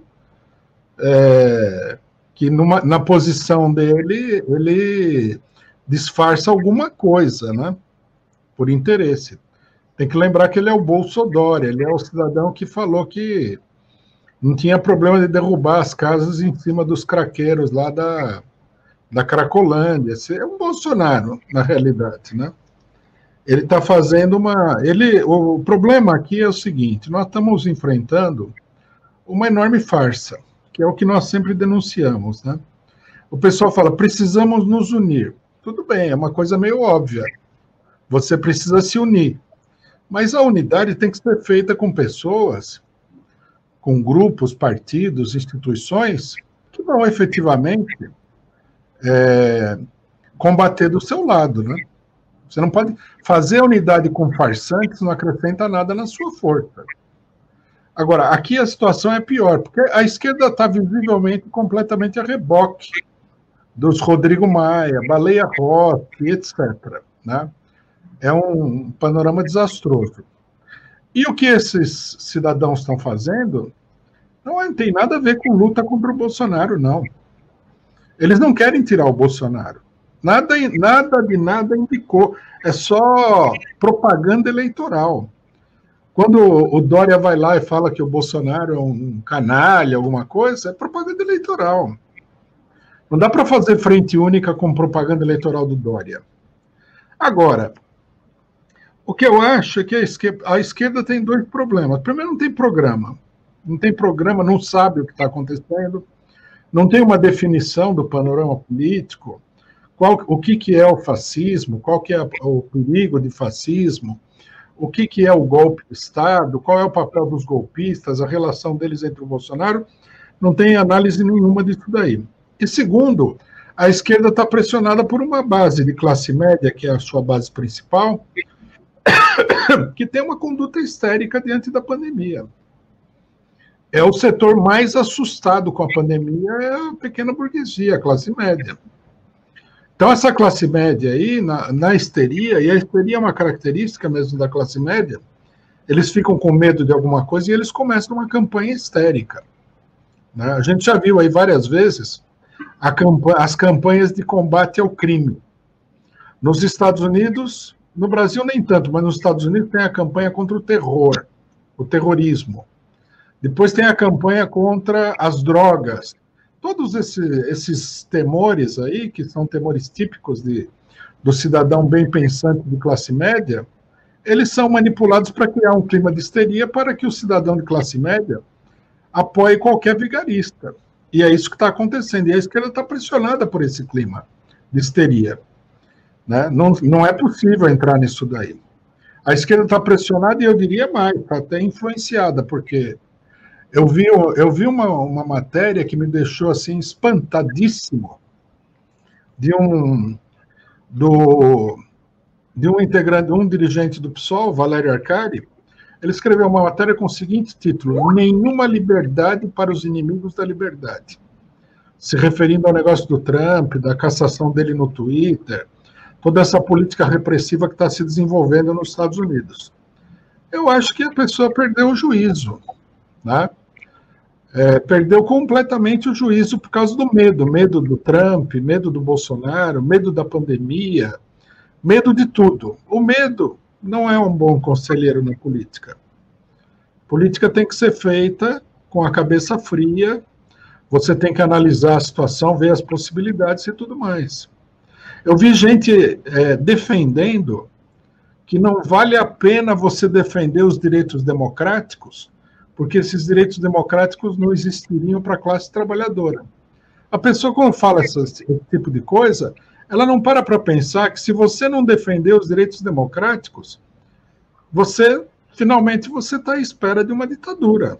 é, que numa, na posição dele, ele disfarça alguma coisa, né? Por interesse. Tem que lembrar que ele é o Bolsodória, ele é o cidadão que falou que não tinha problema de derrubar as casas em cima dos craqueiros lá da, da Cracolândia. Esse é um Bolsonaro, na realidade, né? Ele está fazendo uma... Ele, o problema aqui é o seguinte, nós estamos enfrentando uma enorme farsa, que é o que nós sempre denunciamos, né? O pessoal fala, precisamos nos unir. Tudo bem, é uma coisa meio óbvia. Você precisa se unir. Mas a unidade tem que ser feita com pessoas, com grupos, partidos, instituições, que vão efetivamente é, combater do seu lado, né? Você não pode fazer a unidade com farsantes, não acrescenta nada na sua força. Agora, aqui a situação é pior, porque a esquerda está visivelmente completamente a reboque dos Rodrigo Maia, Baleia Rossi, etcétera, né? É um panorama desastroso. E o que esses cidadãos estão fazendo não tem nada a ver com luta contra o Bolsonaro, não. Eles não querem tirar o Bolsonaro. Nada, nada de nada indicou. É só propaganda eleitoral. Quando o Dória vai lá e fala que o Bolsonaro é um canalha, alguma coisa, é propaganda eleitoral. Não dá para fazer frente única com propaganda eleitoral do Dória. Agora, o que eu acho é que a esquerda, a esquerda tem dois problemas. Primeiro, não tem programa. Não tem programa, não sabe o que está acontecendo, não tem uma definição do panorama político, qual, o que, que é o fascismo, qual que é o perigo de fascismo, o que, que é o golpe de Estado, qual é o papel dos golpistas, a relação deles entre o Bolsonaro, não tem análise nenhuma disso daí. E segundo, a esquerda está pressionada por uma base de classe média, que é a sua base principal, que tem uma conduta histérica diante da pandemia. É o setor mais assustado com a pandemia, é a pequena burguesia, a classe média. Então, essa classe média aí, na, na histeria, e a histeria é uma característica mesmo da classe média, eles ficam com medo de alguma coisa e eles começam uma campanha histérica, né? A gente já viu aí várias vezes a campanha, as campanhas de combate ao crime. Nos Estados Unidos, no Brasil nem tanto, mas nos Estados Unidos tem a campanha contra o terror, o terrorismo. Depois tem a campanha contra as drogas. Todos esse, esses temores aí, que são temores típicos de, do cidadão bem pensante de classe média, eles são manipulados para criar um clima de histeria para que o cidadão de classe média apoie qualquer vigarista. E é isso que está acontecendo. E a esquerda está pressionada por esse clima de histeria, né? Não, não é possível entrar nisso daí. A esquerda está pressionada e eu diria mais, está até influenciada, porque eu vi, eu vi uma, uma matéria que me deixou assim espantadíssimo de um, do, de um integrante, um dirigente do P SOL, Valério Arcari. Ele escreveu uma matéria com o seguinte título: Nenhuma liberdade para os inimigos da liberdade. Se referindo ao negócio do Trump, da cassação dele no Twitter, toda essa política repressiva que está se desenvolvendo nos Estados Unidos. Eu acho que a pessoa perdeu o juízo, né? É, perdeu completamente o juízo por causa do medo, medo do Trump, medo do Bolsonaro, medo da pandemia, medo de tudo. O medo não é um bom conselheiro na política. Política tem que ser feita com a cabeça fria, você tem que analisar a situação, ver as possibilidades e tudo mais. Eu vi gente é, defendendo que não vale a pena você defender os direitos democráticos, porque esses direitos democráticos não existiriam para a classe trabalhadora. A pessoa, quando fala esse, esse tipo de coisa, ela não para para pensar que se você não defender os direitos democráticos, você, finalmente, você está à espera de uma ditadura.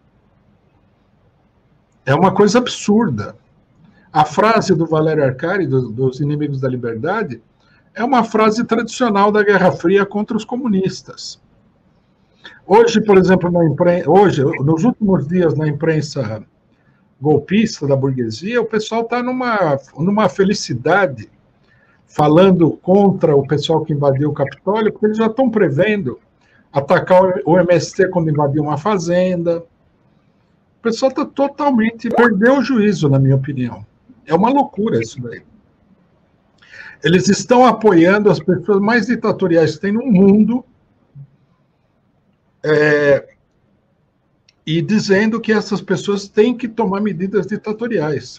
É uma coisa absurda. A frase do Valério Arcari, do, dos Inimigos da Liberdade, é uma frase tradicional da Guerra Fria contra os comunistas. Hoje, por exemplo, na imprensa, hoje, nos últimos dias na imprensa golpista da burguesia, o pessoal está numa, numa felicidade falando contra o pessoal que invadiu o Capitólio, porque eles já estão prevendo atacar o M S T quando invadir uma fazenda. O pessoal está totalmente... perdeu o juízo, na minha opinião. É uma loucura isso daí. Eles estão apoiando as pessoas mais ditatoriais que tem no mundo, é, e dizendo que essas pessoas têm que tomar medidas ditatoriais.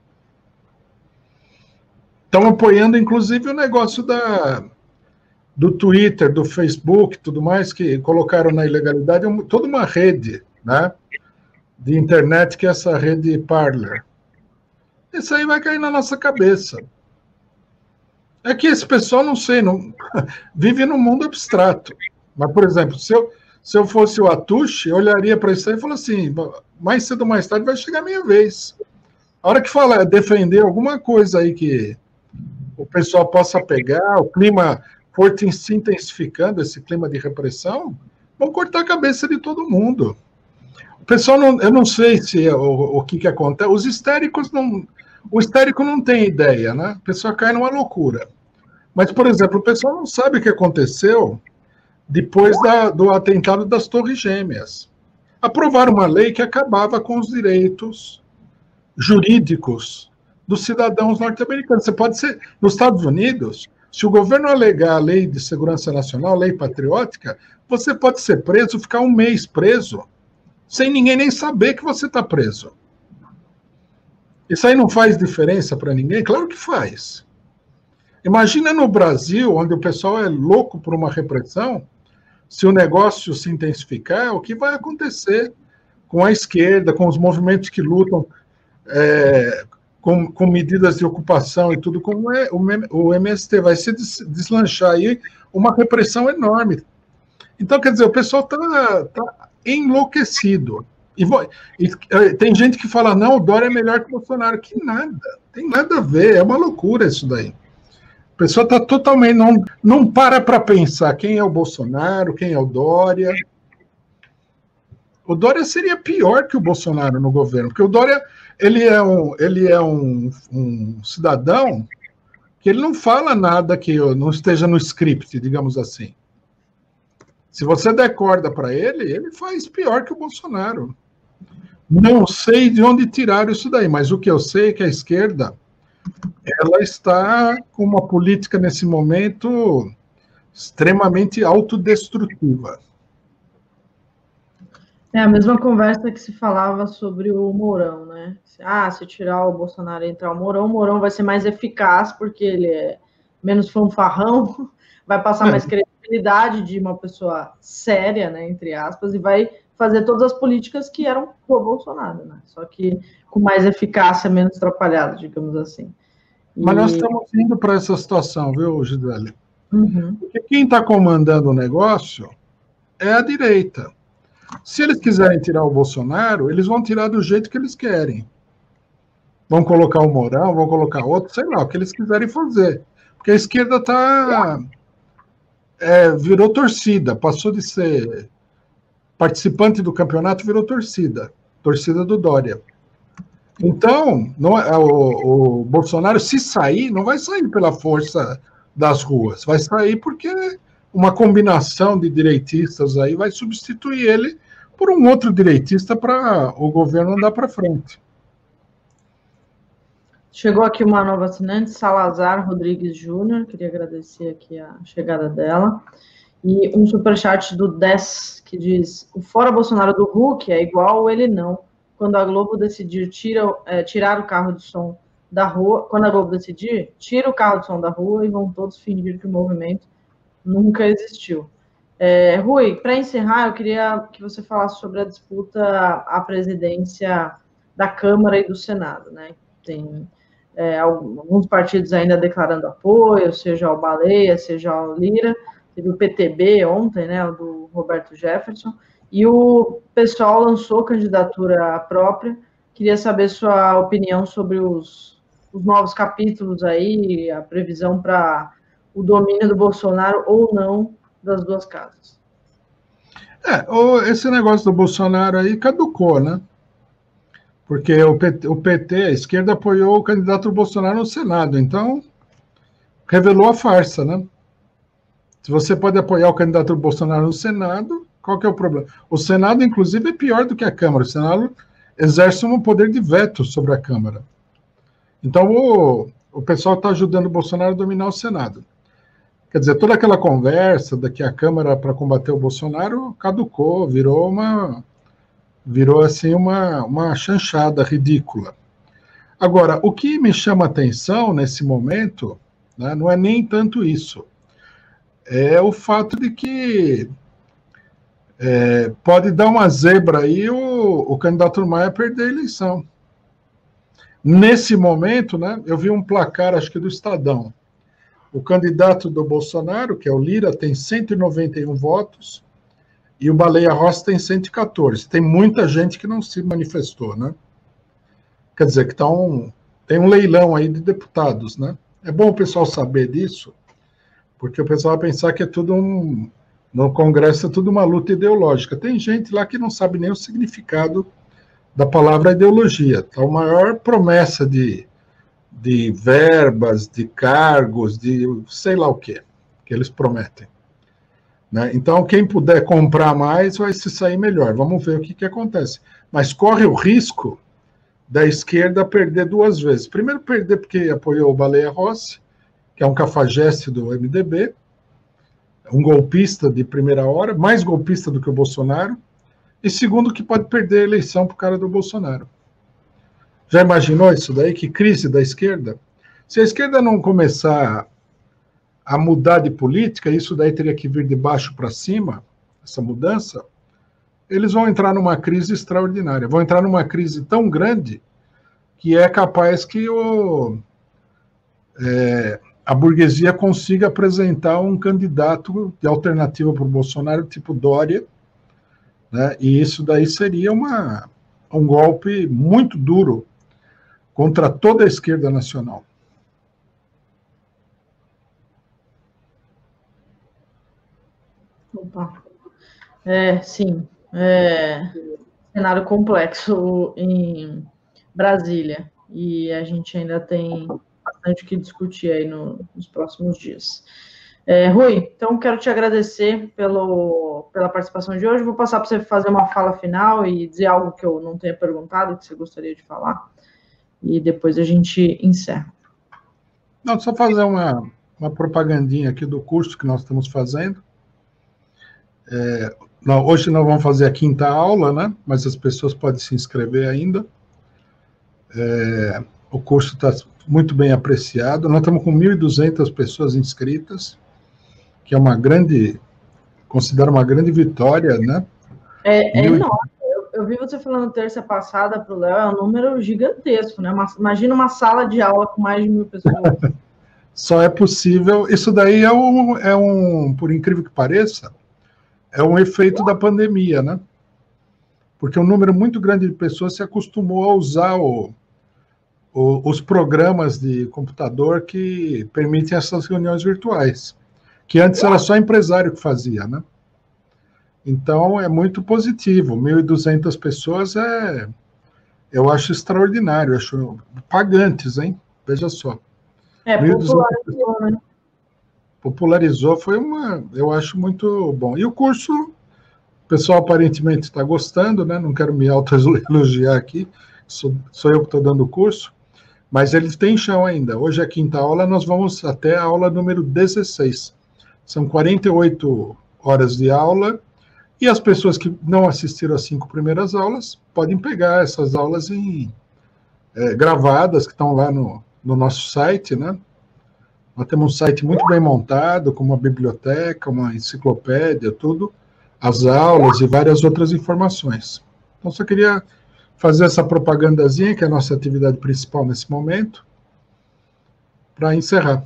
Estão apoiando, inclusive, o negócio da, do Twitter, do Facebook, tudo mais, que colocaram na ilegalidade toda uma rede, né, de internet, que é essa rede Parler. Isso aí vai cair na nossa cabeça. É que esse pessoal, não sei, não, vive num mundo abstrato. Mas, por exemplo, se eu, se eu fosse o Atush, eu olharia para isso aí e falaria assim, mais cedo ou mais tarde vai chegar a minha vez. A hora que fala defender alguma coisa aí que o pessoal possa pegar, o clima for se intensificando, esse clima de repressão, vão cortar a cabeça de todo mundo. O pessoal, não, eu não sei se o, o que, que acontece, os histéricos não... O histérico não tem ideia, né? O pessoal cai numa loucura. Mas, por exemplo, o pessoal não sabe o que aconteceu depois da, do atentado das Torres Gêmeas. Aprovaram uma lei que acabava com os direitos jurídicos dos cidadãos norte-americanos. Você pode ser... Nos Estados Unidos, se o governo alegar a lei de segurança nacional, lei patriótica, você pode ser preso, ficar um mês preso, sem ninguém nem saber que você está preso. Isso aí não faz diferença para ninguém? Claro que faz. Imagina no Brasil, onde o pessoal é louco por uma repressão, se o negócio se intensificar, o que vai acontecer com a esquerda, com os movimentos que lutam é, com, com medidas de ocupação e tudo, como é, o, o M S T vai se des, deslanchar aí uma repressão enorme. Então, quer dizer, o pessoal está tá enlouquecido. E, e tem gente que fala, não, o Dória é melhor que o Bolsonaro. Que nada, tem nada a ver, é uma loucura isso daí. A pessoa está totalmente, não, não para para pensar quem é o Bolsonaro, quem é o Dória. O Dória seria pior que o Bolsonaro no governo, porque o Dória, ele é um, ele é um, um cidadão que ele não fala nada que não esteja no script, digamos assim. Se você der corda para ele, ele faz pior que o Bolsonaro. Não sei de onde tiraram isso daí, mas o que eu sei é que a esquerda ela está com uma política nesse momento extremamente autodestrutiva. É a mesma conversa que se falava sobre o Mourão, né? Ah, se tirar o Bolsonaro e entrar o Mourão, o Mourão vai ser mais eficaz porque ele é menos fanfarrão, vai passar mais credibilidade de uma pessoa séria, né, entre aspas, e vai fazer todas as políticas que eram pro Bolsonaro, né? Só que com mais eficácia, menos atrapalhada, digamos assim. E... Mas nós estamos indo para essa situação, viu, Gisele? Uhum. Porque quem está comandando o negócio é a direita. Se eles quiserem tirar o Bolsonaro, eles vão tirar do jeito que eles querem. Vão colocar o Mourão, vão colocar outro, sei lá, o que eles quiserem fazer. Porque a esquerda está... É, virou torcida, passou de ser participante do campeonato, virou torcida, torcida do Dória. Então, não, o, o Bolsonaro, se sair, não vai sair pela força das ruas, vai sair porque uma combinação de direitistas aí vai substituir ele por um outro direitista para o governo andar para frente. Chegou aqui uma nova assinante, Salazar Rodrigues Júnior, queria agradecer aqui a chegada dela. E um superchat do dez, que diz, o fora Bolsonaro do Hulk é igual ao ele não. Quando a Globo decidir tira, é, tirar o carro de som da rua, quando a Globo decidir, tira o carro de som da rua e vão todos fingir que o movimento nunca existiu. É, Rui, para encerrar, eu queria que você falasse sobre a disputa à presidência da Câmara e do Senado, né? Tem... é, alguns partidos ainda declarando apoio, seja o Baleia, seja o Lira, teve o P T B ontem, né, o do Roberto Jefferson, e o pessoal lançou candidatura própria. Queria saber sua opinião sobre os, os novos capítulos aí, a previsão para o domínio do Bolsonaro ou não das duas casas. É, esse negócio do Bolsonaro aí caducou, né? Porque o P T, o P T, a esquerda, apoiou o candidato do Bolsonaro no Senado, então revelou a farsa, né? Se você pode apoiar o candidato do Bolsonaro no Senado, qual que é o problema? O Senado, inclusive, é pior do que a Câmara. O Senado exerce um poder de veto sobre a Câmara. Então, o, o pessoal está ajudando o Bolsonaro a dominar o Senado. Quer dizer, toda aquela conversa daqui a Câmara para combater o Bolsonaro caducou, virou uma, virou assim uma, uma chanchada ridícula. Agora, o que me chama a atenção nesse momento, né, não é nem tanto isso, é o fato de que é, pode dar uma zebra aí o, o candidato Maia perder a eleição. Nesse momento, né, eu vi um placar, acho que do Estadão. O candidato do Bolsonaro, que é o Lira, tem cento e noventa e um votos e o Baleia Rossi tem cento e quatorze. Tem muita gente que não se manifestou, né? Quer dizer, que tá um, tem um leilão aí de deputados, né? É bom o pessoal saber disso, porque o pessoal vai pensar que é tudo um... No Congresso é tudo uma luta ideológica. Tem gente lá que não sabe nem o significado da palavra ideologia. Tá a maior promessa de, de verbas, de cargos, de sei lá o que, que eles prometem. Né? Então, quem puder comprar mais vai se sair melhor. Vamos ver o que, que acontece. Mas corre o risco da esquerda perder duas vezes. Primeiro, perder porque apoiou o Baleia Rossi, que é um cafajeste do M D B, um golpista de primeira hora, mais golpista do que o Bolsonaro, e segundo, que pode perder a eleição para o cara do Bolsonaro. Já imaginou isso daí? Que crise da esquerda? Se a esquerda não começar a mudar de política, isso daí teria que vir de baixo para cima, essa mudança, eles vão entrar numa crise extraordinária, vão entrar numa crise tão grande que é capaz que o... É, a burguesia consiga apresentar um candidato de alternativa para o Bolsonaro, tipo Dória, né? E isso daí seria uma, um golpe muito duro contra toda a esquerda nacional. Opa. É, sim. É, cenário complexo em Brasília, e a gente ainda tem bastante o que discutir aí no, nos próximos dias. É, Rui, então quero te agradecer pelo, pela participação de hoje. Vou passar para você fazer uma fala final e dizer algo que eu não tenha perguntado, que você gostaria de falar, e depois a gente encerra. Não, só fazer uma, uma propagandinha aqui do curso que nós estamos fazendo. É, não, hoje nós vamos fazer a quinta aula, né? Mas as pessoas podem se inscrever ainda. É, o curso está muito bem apreciado. Nós estamos com mil e duzentas pessoas inscritas, que é uma grande, considero uma grande vitória, né? É, é enorme. Eu, eu vi você falando terça passada para o Léo, é um número gigantesco, né? Uma, imagina uma sala de aula com mais de mil pessoas. Só é possível, isso daí é um, é um, por incrível que pareça, é um efeito da pandemia, né? Porque um número muito grande de pessoas se acostumou a usar o O, os programas de computador que permitem essas reuniões virtuais, que antes era só empresário que fazia, né? Então, é muito positivo. mil e duzentas pessoas é, eu acho extraordinário, eu acho pagantes, hein? Veja só. É, popularizou, né? Popularizou, foi uma, eu acho muito bom. E o curso, o pessoal aparentemente está gostando, né? Não quero me autoelogiar aqui, sou, sou eu que estou dando o curso. Mas eles têm chão ainda. Hoje é a quinta aula, nós vamos até a aula número dezesseis. São quarenta e oito horas de aula, e as pessoas que não assistiram às cinco primeiras aulas podem pegar essas aulas em, é, gravadas, que estão lá no, no nosso site, né? Nós temos um site muito bem montado, com uma biblioteca, uma enciclopédia, tudo, as aulas e várias outras informações. Então, só queria fazer essa propagandazinha, que é a nossa atividade principal nesse momento, para encerrar.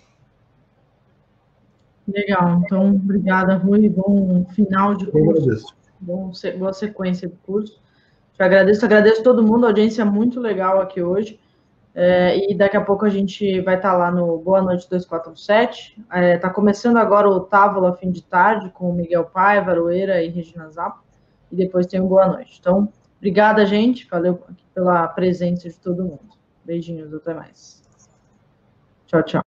Legal, então, obrigada, Rui, bom final de curso, bom, boa sequência de curso. Te agradeço, agradeço todo mundo, a audiência muito legal aqui hoje, é, e daqui a pouco a gente vai estar lá no Boa Noite dois quatro sete, está é, começando agora o Távola fim de tarde, com o Miguel Paiva, Aroeira e Regina Zappa, e depois tem o Boa Noite. Então, obrigada, gente, valeu pela presença de todo mundo. Beijinhos, até mais. Tchau, tchau.